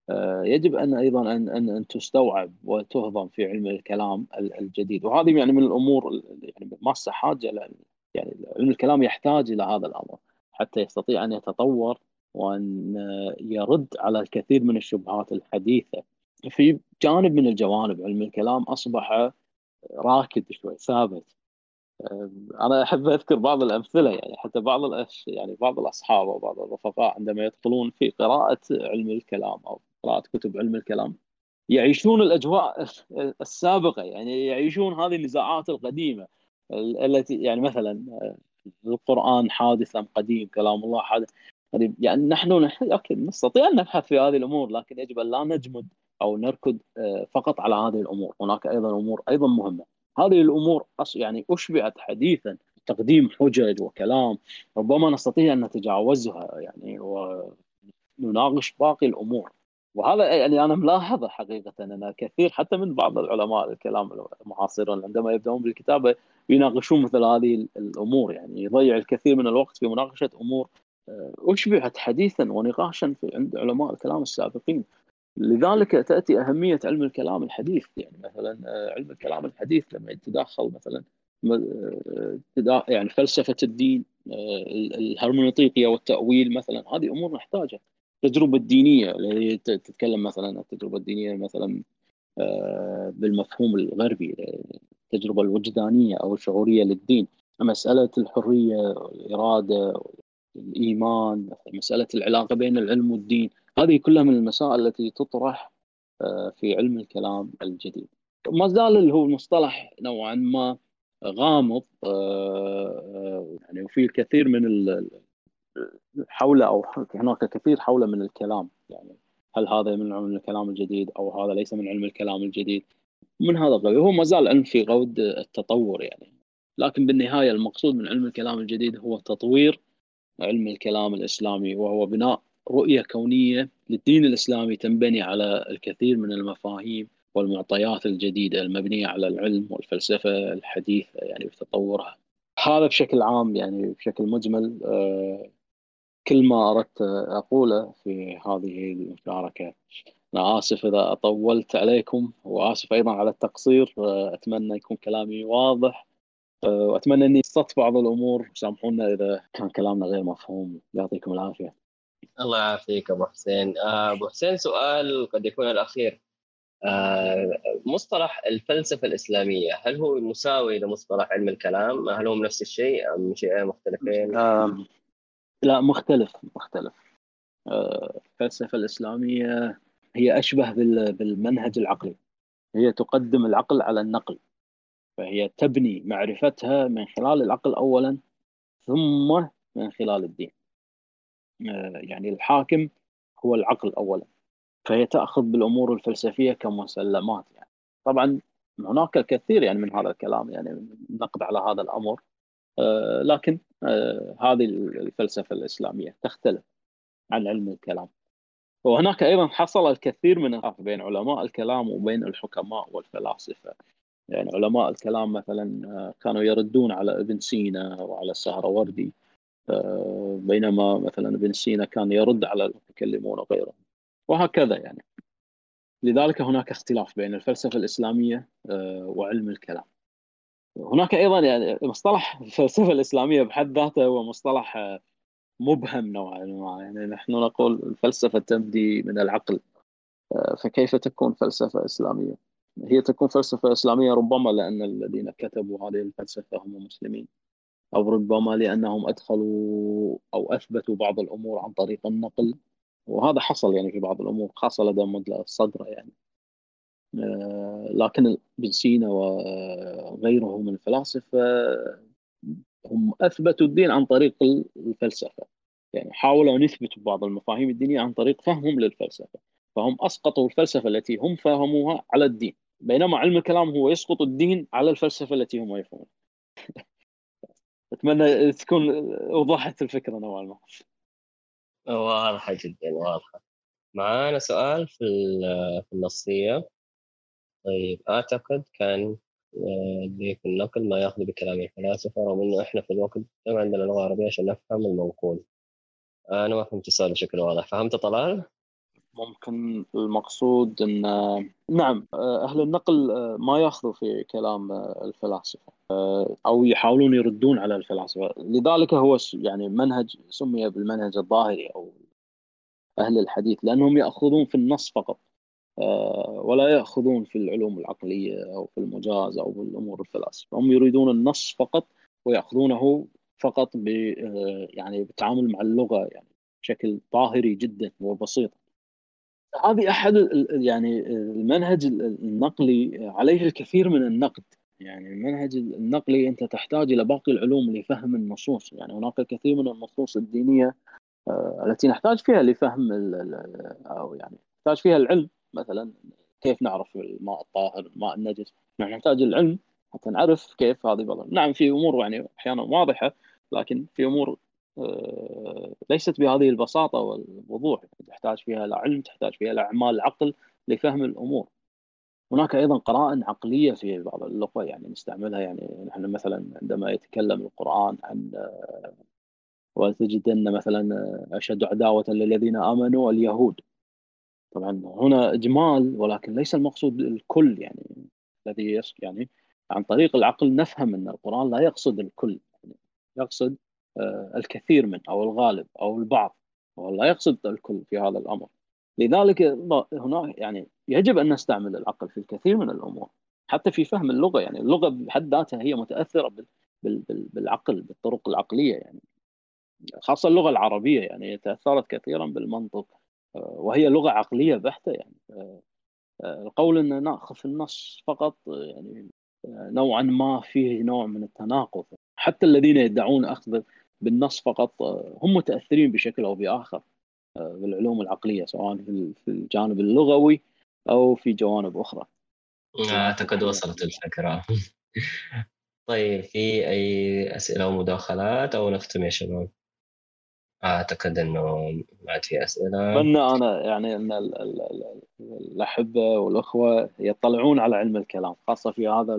يجب أن أيضا أن تستوعب وتهضم في علم الكلام الجديد. وهذه يعني من الأمور يعني ماسة حاجة يعني علم الكلام يحتاج إلى هذا الأمر حتى يستطيع أن يتطور وأن يرد على الكثير من الشبهات الحديثة. في جانب من الجوانب علم الكلام أصبح راكد شوي ثابت. أنا أحب أذكر بعض الأمثلة، يعني حتى يعني بعض الأصحاب أو بعض الرفقاء عندما يدخلون في قراءة علم الكلام أو قراءة كتب علم الكلام يعيشون الأجواء السابقة، يعني يعيشون هذه النزاعات القديمة التي يعني مثلا القرآن حادث أم قديم، كلام الله حادث قديم. يعني نحن أوكي نستطيع أن نبحث في هذه الأمور، لكن يجب أن لا نجمد أو نركض فقط على هذه الأمور. هناك أيضا أمور أيضا مهمة. هذه الأمور يعني أشبعت حديثا تقديم حجج وكلام ربما نستطيع أن نتجاوزها يعني ونناقش باقي الأمور. وهذا يعني أنا ملاحظة حقيقة أن كثير حتى من بعض العلماء الكلام المعاصرون عندما يبدأون بالكتابة يناقشون مثل هذه الأمور، يعني يضيع الكثير من الوقت في مناقشة أمور أشبعت حديثا ونقاشا عند علماء الكلام السابقين. لذلك تأتي أهمية علم الكلام الحديث. يعني مثلا علم الكلام الحديث لما يتداخل مثلا يعني فلسفة الدين، الهرمونيطيقية والتأويل مثلا، هذه أمور نحتاجها. التجربة الدينية اللي تتكلم مثلا التجربة الدينية مثلا بالمفهوم الغربي، التجربة الوجدانية أو الشعورية للدين، مسألة الحرية الإرادة الإيمان، مسألة العلاقة بين العلم والدين، هذه كلها من المسائل التي تطرح في علم الكلام الجديد. ما زال اللي هو المصطلح نوعا ما غامض، يعني وفي الكثير من حول أو هناك كثير حول من الكلام، يعني هل هذا من علم الكلام الجديد أو هذا ليس من علم الكلام الجديد. من هذا القبيل هو ما زال علم في غود التطور يعني. لكن بالنهاية المقصود من علم الكلام الجديد هو تطوير علم الكلام الإسلامي، وهو بناء رؤية كونية للدين الإسلامي تنبني على الكثير من المفاهيم والمعطيات الجديدة المبنية على العلم والفلسفة الحديثة يعني بتطورها. هذا بشكل عام يعني بشكل مجمل كل ما أردت أقوله في هذه المشاركة. أنا آسف إذا طولت عليكم، وآسف أيضا على التقصير. أتمنى يكون كلامي واضح، وأتمنى أني وصلت بعض الأمور. سامحونا إذا كان كلامنا غير مفهوم. يعطيكم العافية. الله يعافيك أبو حسين. أبو حسين، سؤال قد يكون الأخير. مصطلح الفلسفة الإسلامية هل هو مساوي لمصطلح علم الكلام؟ هل هم نفس الشيء أم شيئين مختلفين؟ لا، مختلف. الفلسفة الإسلامية هي أشبه بالمنهج العقلي. هي تقدم العقل على النقل، فهي تبني معرفتها من خلال العقل أولا ثم من خلال الدين. يعني الحاكم هو العقل أولا، فهي تأخذ بالأمور الفلسفية كمسلمات يعني. طبعا هناك الكثير يعني من هذا الكلام يعني نقد على هذا الأمر، لكن هذه الفلسفة الإسلامية تختلف عن علم الكلام. وهناك أيضا حصل الكثير من الخلاف بين علماء الكلام وبين الحكماء والفلاسفة. يعني علماء الكلام مثلا كانوا يردون على ابن سينا وعلى السهروردي، بينما مثلا ابن سينا كان يرد على المتكلمون وغيرهم، وهكذا يعني. لذلك هناك اختلاف بين الفلسفة الإسلامية وعلم الكلام. هناك أيضا يعني مصطلح الفلسفة الإسلامية بحد ذاته هو مصطلح مبهم نوعا ما. يعني نحن نقول الفلسفة تبدي من العقل، فكيف تكون فلسفة إسلامية؟ هي تكون فلسفة إسلامية ربما لأن الذين كتبوا هذه الفلسفة هم مسلمين، أو ربما لأنهم أدخلوا أو أثبتوا بعض الأمور عن طريق النقل، وهذا حصل يعني في بعض الأمور خاصة لدى مدلع الصدر يعني. لكن ابن سينا وغيره من الفلاسفة هم أثبتوا الدين عن طريق الفلسفة. يعني حاولوا أن يثبتوا بعض المفاهيم الدينية عن طريق فهمهم للفلسفة، فهم أسقطوا الفلسفة التي هم فهموها على الدين، بينما علم الكلام هو يسقط الدين على الفلسفة التي هم يفهمون. أتمنى تكون وضحت الفكرة نوعا ما. واضحة جدا، واضحة. معانا سؤال في النصية. طيب، أعتقد كان اللي في النقل ما يأخذ بكلام الفلاسفة، رغم إنه إحنا في الوقت ما عندنا لغة عربية عشان نفهم المنقول. أنا ما فهمت السؤال بشكل واضح، فهمت طلال؟ ممكن المقصود أن نعم أهل النقل ما يأخذوا في كلام الفلاسفة أو يحاولون يردون على الفلاسفة. لذلك هو يعني منهج سمي بالمنهج الظاهري أو أهل الحديث، لأنهم يأخذون في النص فقط ولا يأخذون في العلوم العقلية أو في المجاز أو بالأمور الفلاسفة. هم يريدون النص فقط ويأخذونه فقط يعني بالتعامل مع اللغة، يعني بشكل ظاهري جدا وبسيط. هذه أحد يعني المنهج النقلي عليه الكثير من النقد. يعني المنهج النقلي أنت تحتاج إلى باقي العلوم لفهم النصوص. يعني هناك الكثير من النصوص الدينية التي نحتاج فيها لفهم أو يعني نحتاج فيها العلم. مثلا كيف نعرف الماء الطاهر الماء النجس؟ نحن نحتاج العلم حتى نعرف كيف هذه بعض. نعم في أمور يعني أحيانا واضحة، لكن في أمور ليست بهذه البساطة والوضوح، تحتاج فيها العلم، تحتاج فيها الأعمال العقل لفهم الأمور. هناك أيضا قرائن عقلية في بعض اللغة يعني نستعملها. يعني نحن مثلا عندما يتكلم القرآن عن وتجدن مثلا أشد عداوة للذين آمنوا اليهود، طبعا هنا إجمال ولكن ليس المقصود الكل. يعني الذي يعني عن طريق العقل نفهم أن القرآن لا يقصد الكل، يعني يقصد الكثير من أو الغالب أو البعض، ولا يقصد الكل في هذا الأمر. لذلك هنا يعني يجب أن نستعمل العقل في الكثير من الأمور، حتى في فهم اللغة. يعني اللغة بحد ذاتها هي متأثرة بالعقل، بالطرق العقلية. يعني خاصة اللغة العربية يعني تأثرت كثيرا بالمنطق، وهي لغة عقلية بحتة. يعني القول أن نأخذ في النص فقط يعني نوعا ما فيه نوع من التناقض. حتى الذين يدعون أخذ بالنص فقط هم متأثرين بشكل أو بآخر بالعلوم العقلية، سواء في الجانب اللغوي أو في جوانب أخرى. أعتقد وصلت الفكرة. طيب في أي أسئلة أو مداخلات أو نختم يا شباب؟ أعتقد أنه ما عاد في أسئلة. أتمنى أنا يعني أن الأحبة والأخوة يطلعون على علم الكلام، خاصة في هذا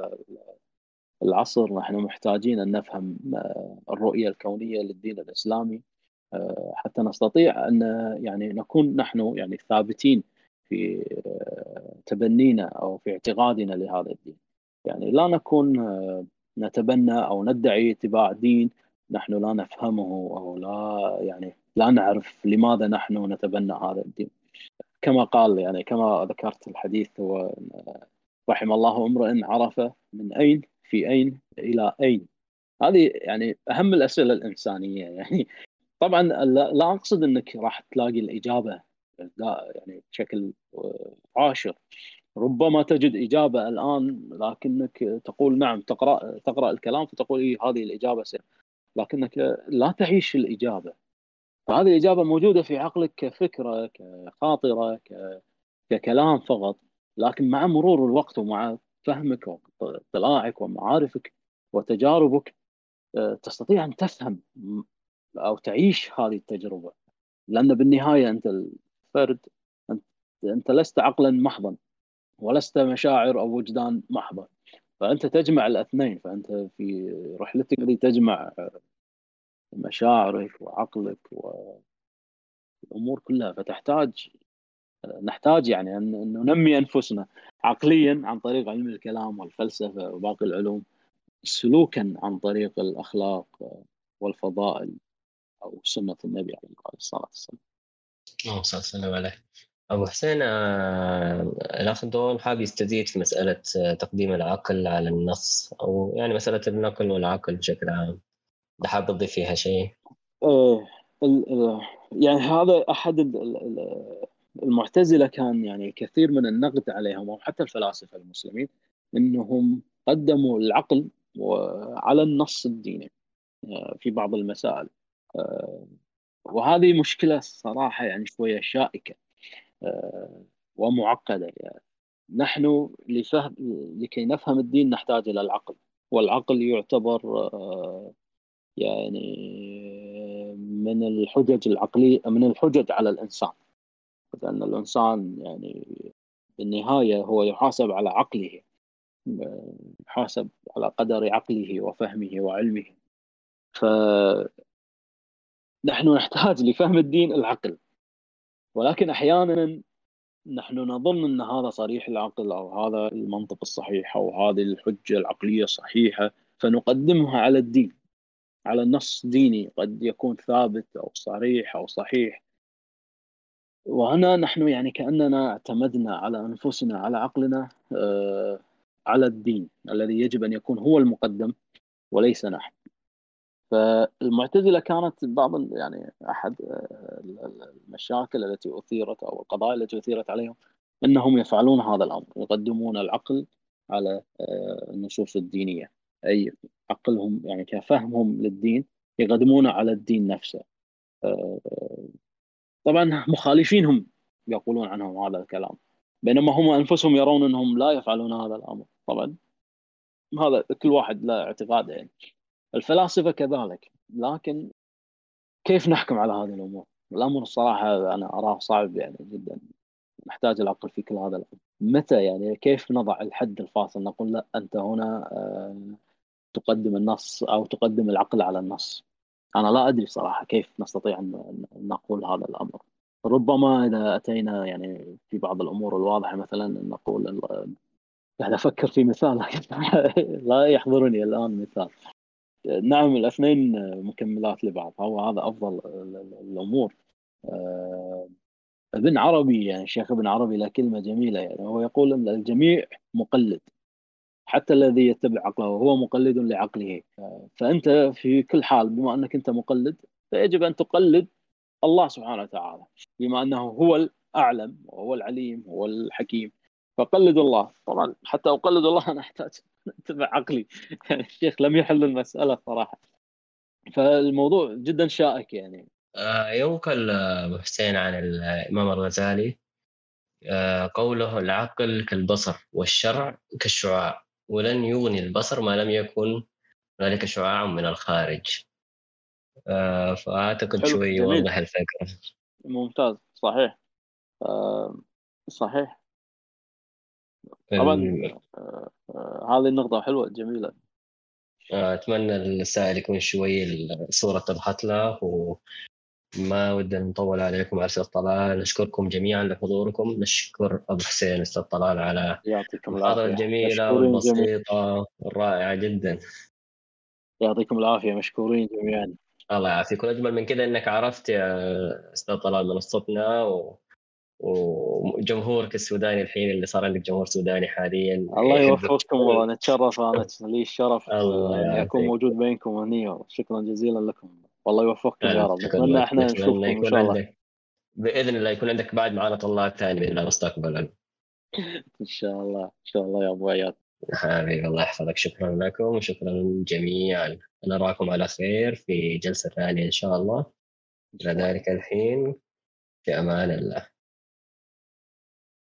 العصر. نحن محتاجين أن نفهم الرؤية الكونية للدين الإسلامي حتى نستطيع أن يعني نكون نحن يعني ثابتين في تبنينا أو في اعتقادنا لهذا الدين. يعني لا نكون نتبنى أو ندعي اتباع دين نحن لا نفهمه، أو لا يعني لا نعرف لماذا نحن نتبنى هذا الدين. كما قال يعني كما ذكرت الحديث، هو رحم الله امرئ عرف من أين في أين إلى أين. هذه يعني أهم الأسئلة الإنسانية. يعني طبعا لا أقصد أنك راح تلاقي الإجابة لا يعني بشكل عاشر. ربما تجد إجابة الآن لكنك تقول نعم، تقرأ الكلام فتقول إيه هذه الإجابة لكنك لا تعيش الإجابة. فهذه الإجابة موجودة في عقلك كفكرة كخاطرة ككلام فقط، لكن مع مرور الوقت ومع فهمك واطلاعك ومعارفك وتجاربك تستطيع أن تفهم أو تعيش هذه التجربة. لأن بالنهاية أنت الفرد، أنت لست عقلا محضا ولست مشاعر أو وجدان محضا، فأنت تجمع الاثنين. فأنت في رحلتك دي تجمع مشاعرك وعقلك والأمور كلها. نحتاج يعني أن ننمي أنفسنا عقليا عن طريق علم الكلام والفلسفة وباقي العلوم، سلوكا عن طريق الأخلاق والفضائل أو سنة النبي عليه الصلاة والسلام. اللهم صل وسلم عليه. أبو حسين، الأخ دون حاب يستزيد في مسألة تقديم العقل على النص، أو يعني مسألة النقل والعقل بشكل عام، ده حاب تضيف فيها شيء؟ آه، يعني هذا أحد المعتزلة كان يعني كثير من النقد عليهم، وحتى الفلاسفة المسلمين، أنهم قدموا العقل على النص الديني في بعض المسائل. آه، وهذه مشكلة صراحة يعني شوية شائكة ومعقدة. يعني نحن لكي نفهم الدين نحتاج إلى العقل، والعقل يعتبر يعني من الحجج العقلية، من الحجج على الإنسان، لأن الإنسان يعني بالنهاية هو يحاسب على عقله، يحاسب على قدر عقله وفهمه وعلمه. فنحن نحتاج لفهم الدين العقل. ولكن أحيانا نحن نظن أن هذا صريح العقل أو هذا المنطق الصحيح أو هذه الحجة العقلية الصحيحة، فنقدمها على الدين، على النص ديني قد يكون ثابت أو صريح أو صحيح. وهنا نحن يعني كأننا اعتمدنا على أنفسنا، على عقلنا، على الدين الذي يجب أن يكون هو المقدم وليس نحن. فالمعتزلة كانت يعني أحد المشاكل التي أثيرت أو القضايا التي أثيرت عليهم أنهم يفعلون هذا الأمر، يقدمون العقل على النصوص الدينية، أي عقلهم يعني كفهمهم للدين يقدمونه على الدين نفسه. آه، طبعا مخالفينهم يقولون عنهم هذا الكلام، بينما هم أنفسهم يرون أنهم لا يفعلون هذا الأمر. طبعا هذا كل واحد له اعتقاده يعني. الفلاسفة كذلك. لكن كيف نحكم على هذه الأمور؟ الأمر الصراحة أنا أراه صعب يعني جدا، نحتاج العقل في كل هذا الأمر. متى يعني كيف نضع الحد الفاصل، نقول لا أنت هنا تقدم النص أو تقدم العقل على النص؟ أنا لا أدري صراحة كيف نستطيع أن نقول هذا الأمر. ربما إذا أتينا يعني في بعض الأمور الواضحة، مثلا نقول قاعد أفكر في مثال لا يحضرني الآن مثال. نعم الاثنين مكملات لبعض، هو هذا أفضل الأمور. ابن عربي يعني الشيخ ابن عربي له كلمة جميلة، يعني هو يقول أن الجميع مقلد، حتى الذي يتبع عقله هو مقلد لعقله. فأنت في كل حال بما أنك أنت مقلد، فيجب أن تقلد الله سبحانه وتعالى، بما أنه هو الأعلم وهو العليم وهو الحكيم. فقلد الله. طبعا حتى أقلد الله أنا أحتاج أتبع عقلي. يعني الشيخ لم يحل المسألة صراحة. فالموضوع جدا شائك يعني. ينقل أبو حسين عن الإمام الغزالي قوله: العقل كالبصر والشرع كالشعاع، ولن يغني البصر ما لم يكن ذلك شعاع من الخارج. فأعتقد حلو، شوي جميل، يوضح الفكرة. ممتاز، صحيح. آه، صحيح. طبعا ال- هذه النقطة حلوة جميلة. أتمنى السائل يكون شوي الصورة اتضحت له، وما ودنا نطول عليكم على أستاذ طلال. نشكركم جميعا لحضوركم، نشكر أبو حسين أستاذ طلال على يعطيكم المحاضرة العافية، الجميلة مشكورين جميعا. والبسيطة والرائعة جدا. يعطيكم العافية، مشكورين جميعا. الله يعافيك. والأجمل من كذا أنك عرفت يا أستاذ طلال منصتنا وجمهورك السوداني الحين، اللي صار عندك جمهور سوداني حاليا الله يحبك. يوفقكم، والله نتشرف، أنا لي الشرف الله إني أكون يعافيك. موجود بينكم هني. شكرا جزيلا لكم، والله يوفقكم يا رب. ألف شكر نتمنى لك. احنا نتمنى نشوفكم إن يكون شاء الله. عندك بإذن الله، يكون عندك بعد معنا طلاب ثاني بإذن الله مستقبلا. إن شاء الله، إن شاء الله يا أبو عياد. حبيبي الله يحفظك. شكرا لكم وشكرا جميعا. نراكم على خير في جلسة ثانية إن شاء الله. إن إلى شاء الله. ذلك الحين، في أمان الله.